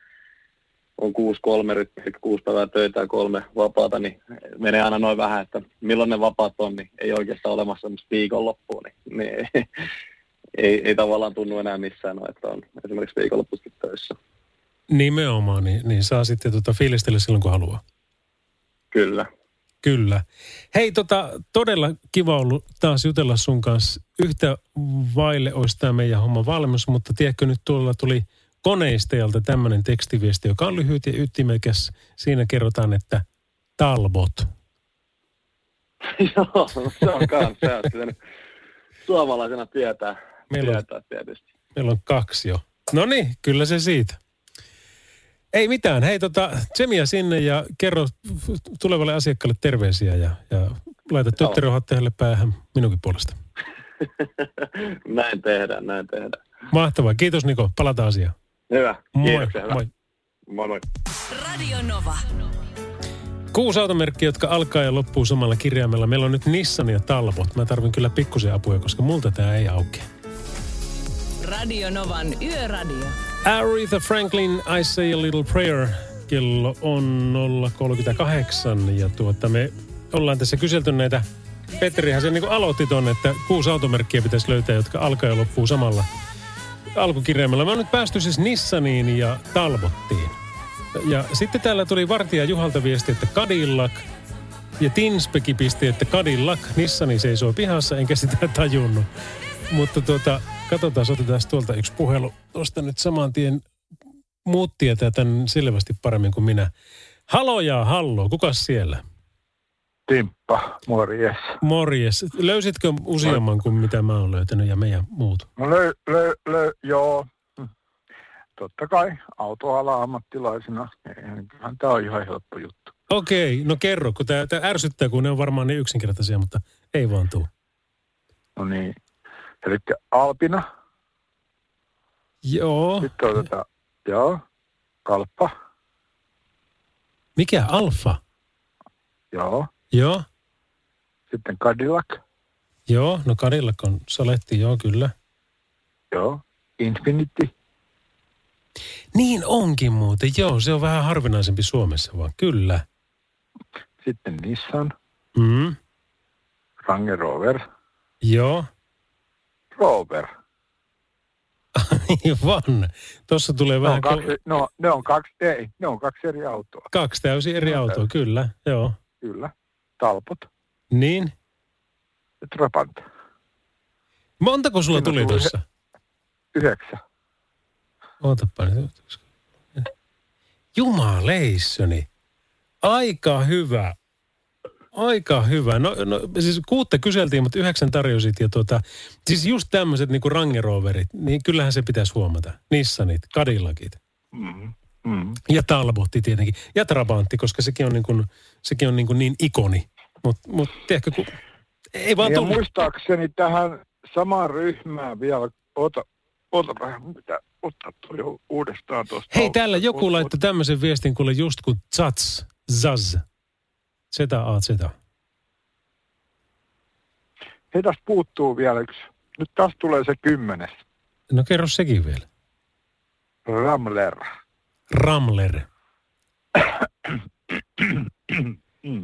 on kuusi kolme rytmi, kuusi päivää töitä ja kolme vapaata, niin menee aina noin vähän, että milloin ne vapaat on, niin ei oikeastaan olemassa semmoista viikonloppua, niin, niin ei, ei, ei tavallaan tunnu enää missään, no, että on esimerkiksi viikonloppuisesti töissä. Nimenomaan, niin, niin saa sitten tota fiilistellä silloin, kun haluaa. Kyllä. Kyllä. Hei, tota, todella kiva ollut taas jutella sun kanssa. Yhtä vaille olisi tämä meidän homma valmis, mutta tiedätkö, nyt tuolla tuli koneistajalta tämmöinen tekstiviesti, joka on lyhyt ja ytimekäs. Siinä kerrotaan, että Talbot. Joo, se on kanssa. Se on pitänyt suomalaisena tietää, meillä on, tietää tietysti. Meillä on kaksi jo. No niin, kyllä se siitä. Ei mitään. Hei, tota, tsemiä sinne ja kerro tulevalle asiakkaalle terveisiä ja, ja laita tötteröhatteelle päähän minunkin puolesta. Näin tehdään, näin tehdään. Mahtavaa. Kiitos Niko. Palataan asiaan. Hyvä. Moi. Kiitoksia. Hyvä. Moi. Moi moi. Radio Nova. Kuusi automerkkiä, jotka alkaa ja loppuu samalla kirjaimella. Meillä on nyt Nissan ja Talbot. Mä tarvin kyllä pikkusen apuja, koska multa tää ei aukea. Radio Novan Yöradio. Aretha Franklin, I Say a Little Prayer. Kello on nolla kolmekymmentäkahdeksan ja tuota me ollaan tässä kyselty näitä. Petrihän se niin kuin aloitti ton, että kuusi automerkkiä pitäisi löytää, jotka alkaa ja loppuu samalla alkukirjaimella. Me on nyt päästy siis Nissaniin ja Talbottiin. Ja sitten täällä tuli vartija Juhalta viesti, että Cadillac. Ja Tinspeki pisti, että Cadillac, Nissani seisoo pihassa, enkä sitä tajunnut. Mutta tuota, katsotaan, otetaan tuolta yksi puhelu. Tuosta nyt saman tien muut tietää tämän selvästi paremmin kuin minä. Halo ja hallo, kukas siellä? Timppa, morjes. Morjes. Löysitkö useamman kuin mitä mä oon löytänyt ja meidän muut? No lö, lö, lö, joo. Totta kai autoala ammattilaisina. Kyllähän tämä on ihan helppo juttu. Okei, no kerro, kun tämä ärsyttää, kun ne on varmaan niin yksinkertaisia, mutta ei vaan tuu. No niin. Eli Alpina. Joo. Sitten otetaan, joo, Kalppa. Mikä? Alfa? Joo. Joo. Sitten Cadillac. Joo, no Cadillac on saletti, joo, kyllä. Joo. Infiniti. Niin onkin muuten, joo, se on vähän harvinaisempi Suomessa vaan, kyllä. Sitten Nissan. Mm. Range Rover. Joo. Rover. Aivan. Tuossa tulee ne vähän... On kaksi, no, ne, on kaksi, ei, ne on kaksi eri autoa. Kaksi täysin eri autoa, täysin. Kyllä, joo. Kyllä, Talbot. Niin? Ja Trabant. Montako sulla tuli tuossa? Yhdeksän. Ootapa nyt. Jumaleissoni. Aika hyvä. Aika hyvä. No, no siis kuutta kyseltiin, mutta yhdeksän tarjosit. Ja tuota, siis just tämmöiset niinku Range Roverit, niin kyllähän se pitäisi huomata. Nissanit, Cadillacit. Mm, mm. Ja Talbotti tietenkin. Ja Trabantti, koska sekin on, niin, kuin, sekin on niin, kuin niin ikoni. Mutta mut, tiedätkö, kun ei vaan ja tullut. Muistaakseni tähän samaan ryhmään vielä, ota, ota vähän, mitä ottaa tuo uudestaan tuosta. Hei, täällä joku laittoi tämmöisen viestin kuule just kuin Zaz, Zaz. Z-A-Z. Hei, tästä puuttuu vielä yksi. Nyt taas tulee se kymmenes. No kerro sekin vielä. Ramler. Ramler. mm.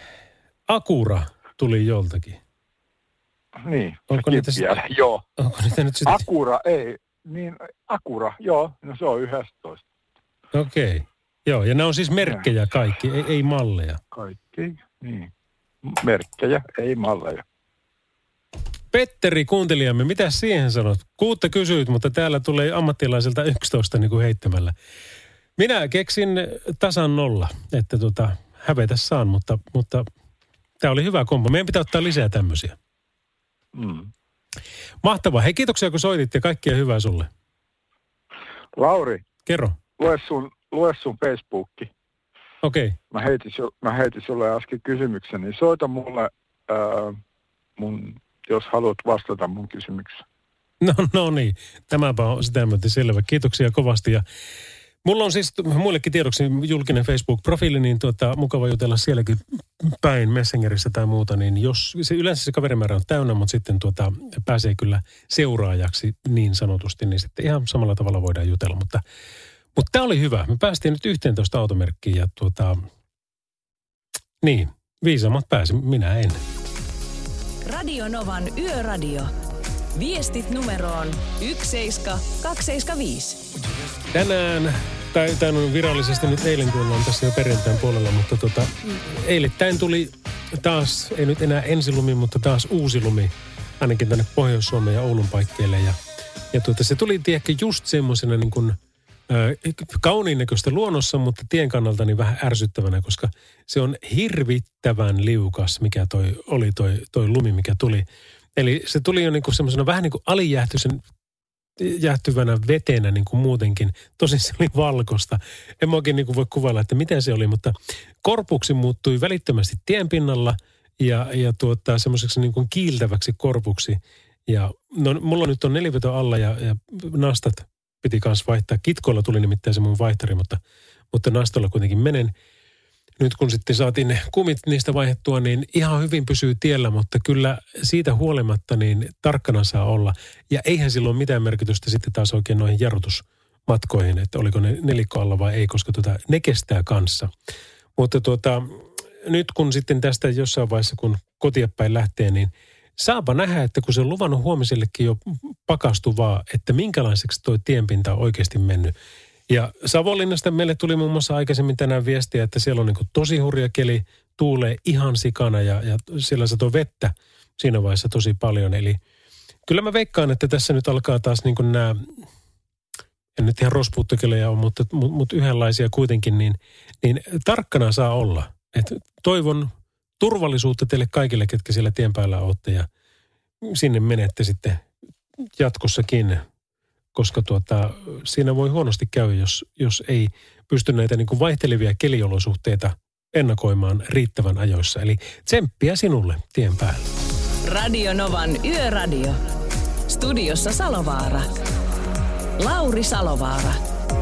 Acura tuli joltakin. Niin, onko niitä vielä, sit... joo. Onko niitä nyt sitten? Acura, ei. Niin, Acura, joo. No se on yksitoista. Okei. Okay. Joo, ja nämä on siis merkkejä kaikki, ei, ei malleja. Kaikki, niin. Merkkejä, ei malleja. Petteri, kuuntelijamme, mitä siihen sanot? Kuutta kysyit, mutta täällä tulee ammattilaiselta yksitoista niin kuin heittämällä. Minä keksin tasan nolla, että tota, hävetä saan, mutta, mutta tämä oli hyvä kombo. Meidän pitää ottaa lisää tämmöisiä. Mm. Mahtavaa. Hei, kiitoksia kun soitit ja kaikkia hyvää sulle. Lauri. Kerro. Lue sun, lue sun Facebookki. Okei. Okay. Mä heitin, mä heitin sulle äsken kysymyksen, niin soita mulle, ää, mun, jos haluat vastata mun kysymykseen. No, no niin, tämäpä on sitä myöten selvä. Kiitoksia kovasti ja mulla on siis muillekin tiedoksi julkinen Facebook-profiili, niin tuota, mukava jutella sielläkin päin Messengerissä tai muuta, niin jos, se, yleensä se kaverimäärä on täynnä, mutta sitten tuota, pääsee kyllä seuraajaksi niin sanotusti, niin sitten ihan samalla tavalla voidaan jutella, mutta Mutta tämä oli hyvä. Me päästiin nyt yhteentoista automerkkiin ja tuota, niin, viisaammat pääsi, minä en. Radio Novan Yöradio. Viestit numeroon yksi seitsemän kaksi seitsemän viisi. Tänään, tai tämä on virallisesti nyt eilen, kun ollaan tässä jo perjantain puolella, mutta tota, eilettäin tuli taas, ei nyt enää ensilumi, mutta taas uusi lumi, ainakin tänne Pohjois-Suomeen ja Oulun paikkeille. Ja, ja tuota, se tuli tiedäkö just semmoisena niin kuin kauniin näköistä luonnossa, mutta tien kannalta niin vähän ärsyttävänä, koska se on hirvittävän liukas, mikä toi, oli toi, toi lumi, mikä tuli. Eli se tuli jo niin kuin semmoisena vähän niin kuin alijäähtyisen jäähtyvänä vetenä niin kuin muutenkin. Tosin se oli valkoista. En mä oikein niin kuin voi kuvailla, että mitä se oli, mutta korpuksi muuttui välittömästi tien pinnalla ja, ja tuottaa semmoiseksi niin kuin kiiltäväksi korpuksi. Ja no, mulla nyt on neliveto alla ja, ja nastat piti kanssa vaihtaa. Kitkoilla tuli nimittäin se mun vaihtari, mutta, mutta nastolla kuitenkin menen. Nyt kun sitten saatiin ne kumit niistä vaihdettua, niin ihan hyvin pysyy tiellä, mutta kyllä siitä huolimatta niin tarkkana saa olla. Ja eihän silloin mitään merkitystä sitten taas oikein noihin jarrutusmatkoihin, että oliko ne nelikko alla vai ei, koska tuota, ne kestää kanssa. Mutta tuota, nyt kun sitten tästä jossain vaiheessa, kun kotia päin lähtee, niin saapa nähdä, että kun se on luvannut huomisellekin jo pakastuvaa, että minkälaiseksi toi tienpinta on oikeasti mennyt. Ja Savonlinnasta meille tuli muun muassa aikaisemmin tänään viestiä, että siellä on niin kuin tosi hurja keli, tuulee ihan sikana ja, ja siellä satoi vettä siinä vaiheessa tosi paljon. Eli kyllä mä veikkaan, että tässä nyt alkaa taas niin kuin nämä, en nyt ihan rospuuttokelejä ole, mutta, mutta yhdenlaisia kuitenkin, niin, niin tarkkana saa olla. Et toivon turvallisuutta teille kaikille, ketkä siellä tien päällä olette ja sinne menette sitten jatkossakin, koska tuota, siinä voi huonosti käydä, jos, jos ei pysty näitä niin kuin vaihtelevia keliolosuhteita ennakoimaan riittävän ajoissa. Eli tsemppiä sinulle tien päällä. Radio Novan Yöradio. Studiossa Salovaara. Lauri Salovaara.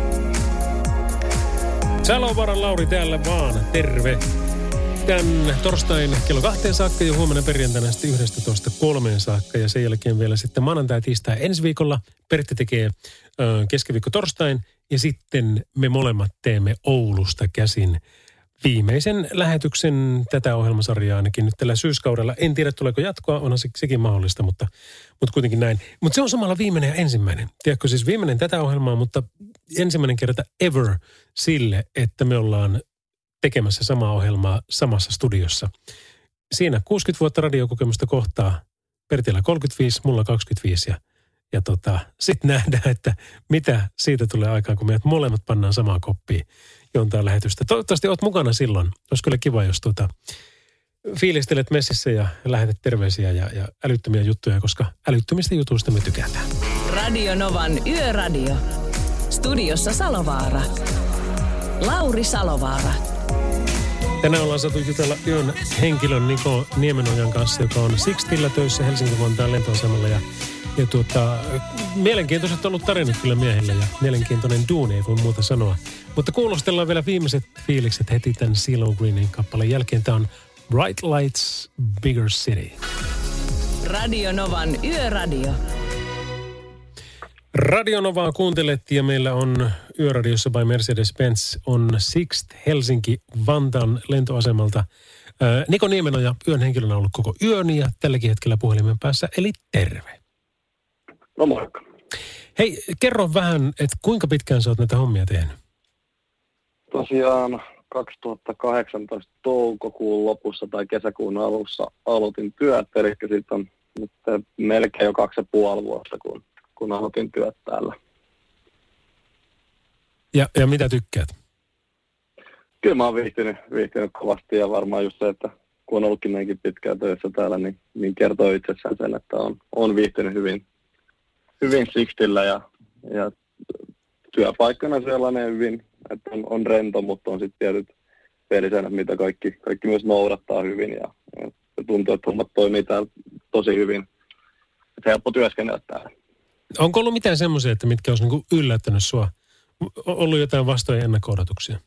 Salovaaran Lauri täällä vaan. Terve. Tän torstain kello kahteen saakka ja huomenna perjantaina sitten yhdestätoista kolmeen saakka. Ja sen jälkeen vielä sitten maanantai, tiistai ensi viikolla. Pertti tekee ö, keskiviikko torstain ja sitten me molemmat teemme Oulusta käsin viimeisen lähetyksen tätä ohjelmasarjaa ainakin nyt tällä syyskaudella. En tiedä, tuleeko jatkoa, onhan se, sekin mahdollista, mutta, mutta kuitenkin näin. Mutta se on samalla viimeinen ja ensimmäinen. Tiedätkö, siis viimeinen tätä ohjelmaa, mutta ensimmäinen kerta ever sille, että me ollaan tekemässä samaa ohjelmaa samassa studiossa. Siinä kuusikymmentä vuotta radiokokemusta kohtaa. Pertillä kolmekymmentäviisi, mulla kaksikymmentäviisi ja, ja tota, sitten nähdään, että mitä siitä tulee aikaan, kun meidät molemmat pannaan samaa koppiin jontaa lähetystä. Toivottavasti oot mukana silloin. Olisi kyllä kiva, jos tuota, fiilistelet messissä ja lähetät terveisiä ja, ja älyttömiä juttuja, koska älyttömistä jutuista me tykätään. Radio Novan Yöradio. Studiossa Salovaara. Lauri Salovaara. Tänään ollaan saatu jutella yön henkilön Niko Niemenojan kanssa, joka on Sixtillä töissä Helsinki-Vantaan lentoasemalla. Ja, ja tuota, mielenkiintoiset on ollut tarinat kyllä miehille ja mielenkiintoinen duuni, ei voi muuta sanoa. Mutta kuulostellaan vielä viimeiset fiilikset heti tämän CeeLo Greenin kappaleen jälkeen. Tämä on Bright Lights, Bigger City. Radio Novan Yöradio. Radio Novaa kuuntelet ja meillä on Yöradiossa by Mercedes-Benz on Sixt Helsinki-Vantaan lentoasemalta. Ää, Niko Niemenoja yön henkilönä ollut koko yön ja tälläkin hetkellä puhelimen päässä, eli terve. No moikka. Hei, kerro vähän, että kuinka pitkään sä oot näitä hommia tehnyt? Tosiaan kaksituhattakahdeksantoista toukokuun lopussa tai kesäkuun alussa aloitin työt, eli siitä on nyt melkein jo kaksi ja puoli vuotta, kun kun aloitin työt täällä. Ja, ja mitä tykkäät? Kyllä mä oon viihtynyt, viihtynyt kovasti ja varmaan just se, että kun on ollutkin näinkin pitkään töissä täällä, niin, niin kertoo itsessään sen, että on, on viihtynyt hyvin, hyvin Sixtillä ja, ja työpaikkana sellainen hyvin, että on, on rento, mutta on sitten tietyt pelisäännöt, mitä kaikki, kaikki myös noudattaa hyvin ja, ja tuntuu, että hommat toimii täällä tosi hyvin. Että helppo työskennellä täällä. Onko ollut mitään semmoisia, että mitkä olisi niinku yllättänyt sua? Ollut jotain vastoja ennakko-odotuksia?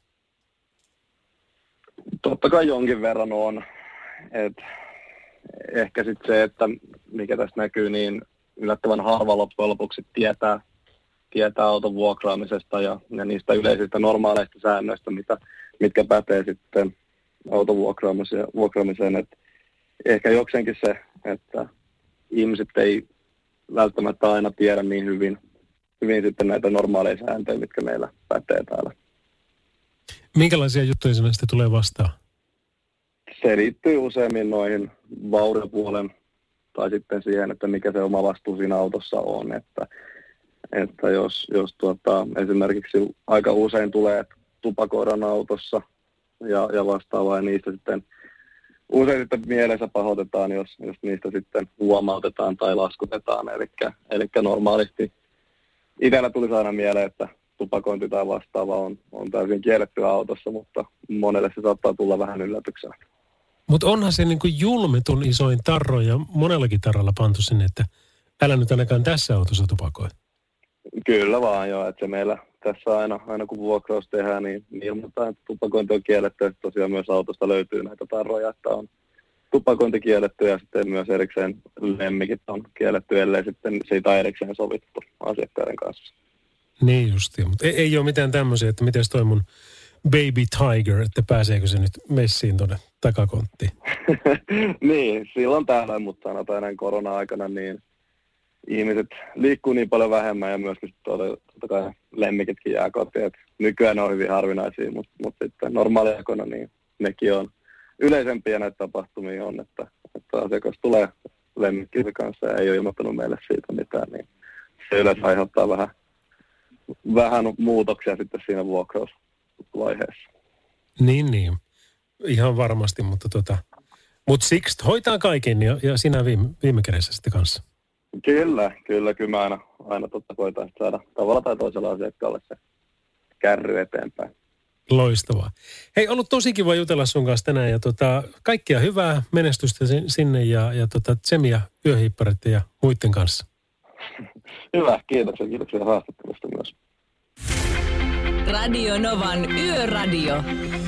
Totta kai jonkin verran on. Et ehkä sitten se, että mikä tässä näkyy, niin yllättävän harva loppujen lopuksi tietää, tietää auton vuokraamisesta ja, ja niistä yleisistä normaaleista säännöistä, mitä, mitkä pätee sitten auton vuokraamiseen. vuokraamiseen. Et ehkä jokseenkin se, että ihmiset ei välttämättä aina tiedä niin hyvin, hyvin sitten näitä normaaleja sääntöjä, mitkä meillä pätee täällä. Minkälaisia juttuja sinne sitten tulee vastaan? Se liittyy useimmin noihin vauriopuolen tai sitten siihen, että mikä se oma vastuu siinä autossa on. Että, että jos, jos tuota, esimerkiksi aika usein tulee tupakoidaan autossa ja, ja vastaavaa ja niistä sitten usein sitten mielensä pahoitetaan, jos, jos niistä sitten huomautetaan tai laskutetaan. Eli normaalisti itsellä tulisi aina mieleen, että tupakointi tai vastaava on, on täysin kiellettyä autossa, mutta monelle se saattaa tulla vähän yllätyksenä. Mutta onhan se niinku julmetun isoin tarro ja monellakin tarralla pantu sinne, että älä nyt ainakaan tässä autossa tupakoi. Kyllä vaan joo, että se meillä tässä aina, aina kun vuokraus tehdään, niin, niin ilmoittaa, että tupakointi on kielletty. Ja tosiaan myös autosta löytyy näitä tarroja, että on tupakointi kielletty ja sitten myös erikseen lemmikit on kielletty, ellei sitten siitä erikseen sovittu asiakkaiden kanssa. Niin justiin, mutta ei, ei ole mitään tämmöisiä, että miten toi mun baby tiger, että pääseekö se nyt messiin tuonne takakonttiin? Niin, silloin täällä, mutta sanotaan näin korona-aikana, niin ihmiset liikkuu niin paljon vähemmän ja myöskin totta kai lemmikitkin jää kotiin. Et nykyään ne on hyvin harvinaisia, mutta, mutta sitten normaaliaikoina niin nekin on yleisempiä näitä tapahtumia on, että, että asiakas tulee lemmikkinsä kanssa ja ei ole ilmoittanut meille siitä mitään, niin se yleensä aiheuttaa vähän, vähän muutoksia sitten siinä vuokrausvaiheessa. Niin, niin. Ihan varmasti, mutta tota, mut Sixt hoitaa kaiken ja, ja sinä viime, viime kädessä sitten kanssa. Kyllä, kyllä, kyllä mä aina, aina totta koitan saada tavalla tai toisella asiakkaalle se kärry eteenpäin. Loistavaa. Hei, ollut tosi kiva jutella sun kanssa tänään ja tota, kaikkia hyvää menestystä sinne ja, ja tota, tsemiä yöhiipparit ja muiden kanssa. Hyvä, kiitoksia, kiitoksia haastattelusta myös. Radio Novan Yöradio.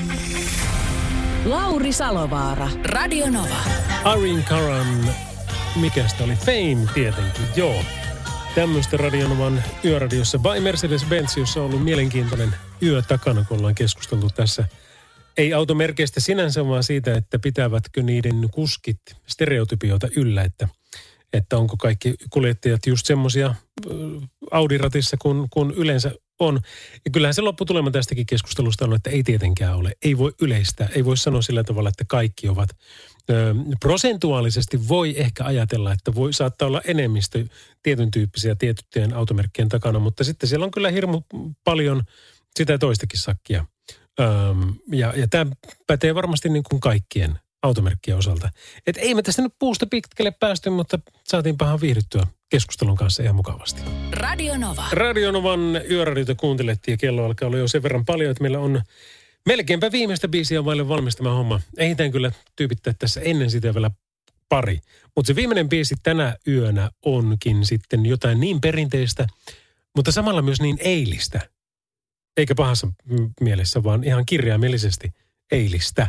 Lauri Salovaara. Radio Nova. Arin Karan, mikä sitä oli? Fame tietenkin, joo. Tämmöistä Radio Novan Yöradiossa by Mercedes-Benz, jossa on ollut mielenkiintoinen yö takana, kun ollaan keskusteltu tässä Ei automerkeistä sinänsä, vaan siitä, että pitävätkö niiden kuskit stereotypioita yllä, että, että onko kaikki kuljettajat just semmoisia Audi-ratissa kuin, kuin yleensä on. Ja kyllähän se lopputulema tästäkin keskustelusta on, että ei tietenkään ole. Ei voi yleistää, ei voi sanoa sillä tavalla, että kaikki ovat. Ö, prosentuaalisesti voi ehkä ajatella, että voi saattaa olla enemmistö tietyn tyyppisiä tiettyjen automerkkien takana, mutta sitten siellä on kyllä hirmu paljon sitä toistakin sakkia. Öm, ja, ja tämä pätee varmasti niin kuin kaikkien automerkkien osalta. Että ei me tästä nyt puusta pitkälle päästy, mutta saatiin pahan viihdyttyä keskustelun kanssa ihan mukavasti. Radio Nova. Radio Novan yöradiota kuuntelettiin ja kello alkaa olla jo sen verran paljon, että meillä on melkeinpä viimeistä biisiä vaille valmistama homma. Ehditään kyllä tyypittää tässä ennen sitä vielä pari. Mutta se viimeinen biisi tänä yönä onkin sitten jotain niin perinteistä, mutta samalla myös niin eilistä. Eikä pahassa mielessä, vaan ihan kirjaimellisesti eilistä.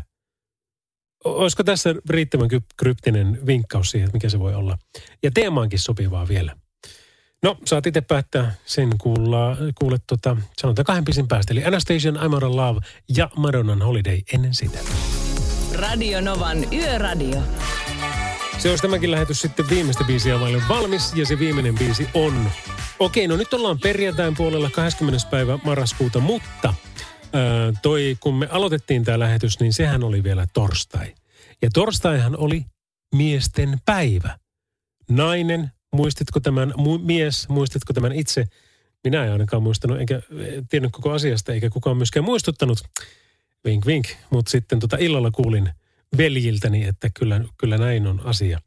Olisiko tässä riittävän kryptinen vinkkaus siihen, että mikä se voi olla? Ja teemaankin sopivaa vielä. No, saat itse päättää sen kuulla, kuulet tota, sanotaan kahden biisin päästä. Eli Anastasian I'm Out of Love ja Madonnan Holiday ennen sitä. Radio Novan Yöradio. Se olisi tämäkin lähetys sitten viimeistä biisiä vaille valmis ja se viimeinen biisi on. Okei, no nyt ollaan perjantain puolella kahdeskymmenes päivä marraskuuta, mutta ää, toi kun me aloitettiin tämä lähetys, niin sehän oli vielä torstai. Ja torstaihan oli miesten päivä. Nainen, muistitko tämän, mu, mies, muistitko tämän itse? Minä en ainakaan muistanut, enkä tiennyt koko asiasta, eikä kukaan myöskään muistuttanut. Vink, vink. Mutta sitten tota illalla kuulin veljiltäni, että kyllä, kyllä näin on asia.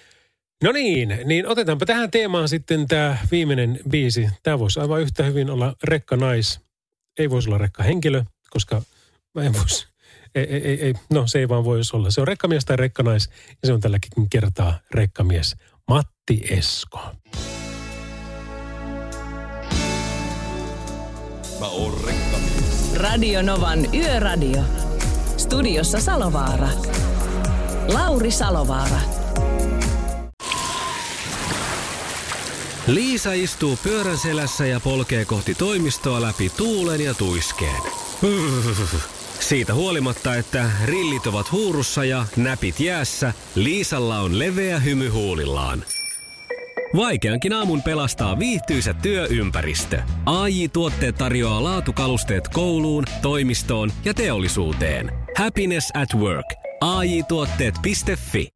No niin, niin otetaanpa tähän teemaan sitten tämä viimeinen biisi. Tämä voisi aivan yhtä hyvin olla rekka nais. Ei voisi olla rekka henkilö, koska mä en voisi, ei, ei, ei, no se ei vaan voisi olla. Se on rekkamies tai rekkanais ja se on tälläkin kertaa rekkamies Matti Esko. Mä oon rekkamies. Radio Novan Yöradio. Studiossa Salovaara. Lauri Salovaara. Liisa istuu pyörän selässä ja polkee kohti toimistoa läpi tuulen ja tuiskeen. Siitä huolimatta, että rillit ovat huurussa ja näpit jäässä, Liisalla on leveä hymy huulillaan. Vaikeankin aamun pelastaa viihtyisä työympäristö. A J-tuotteet tarjoaa laatukalusteet kouluun, toimistoon ja teollisuuteen. Happiness at work. A J tuotteet piste fi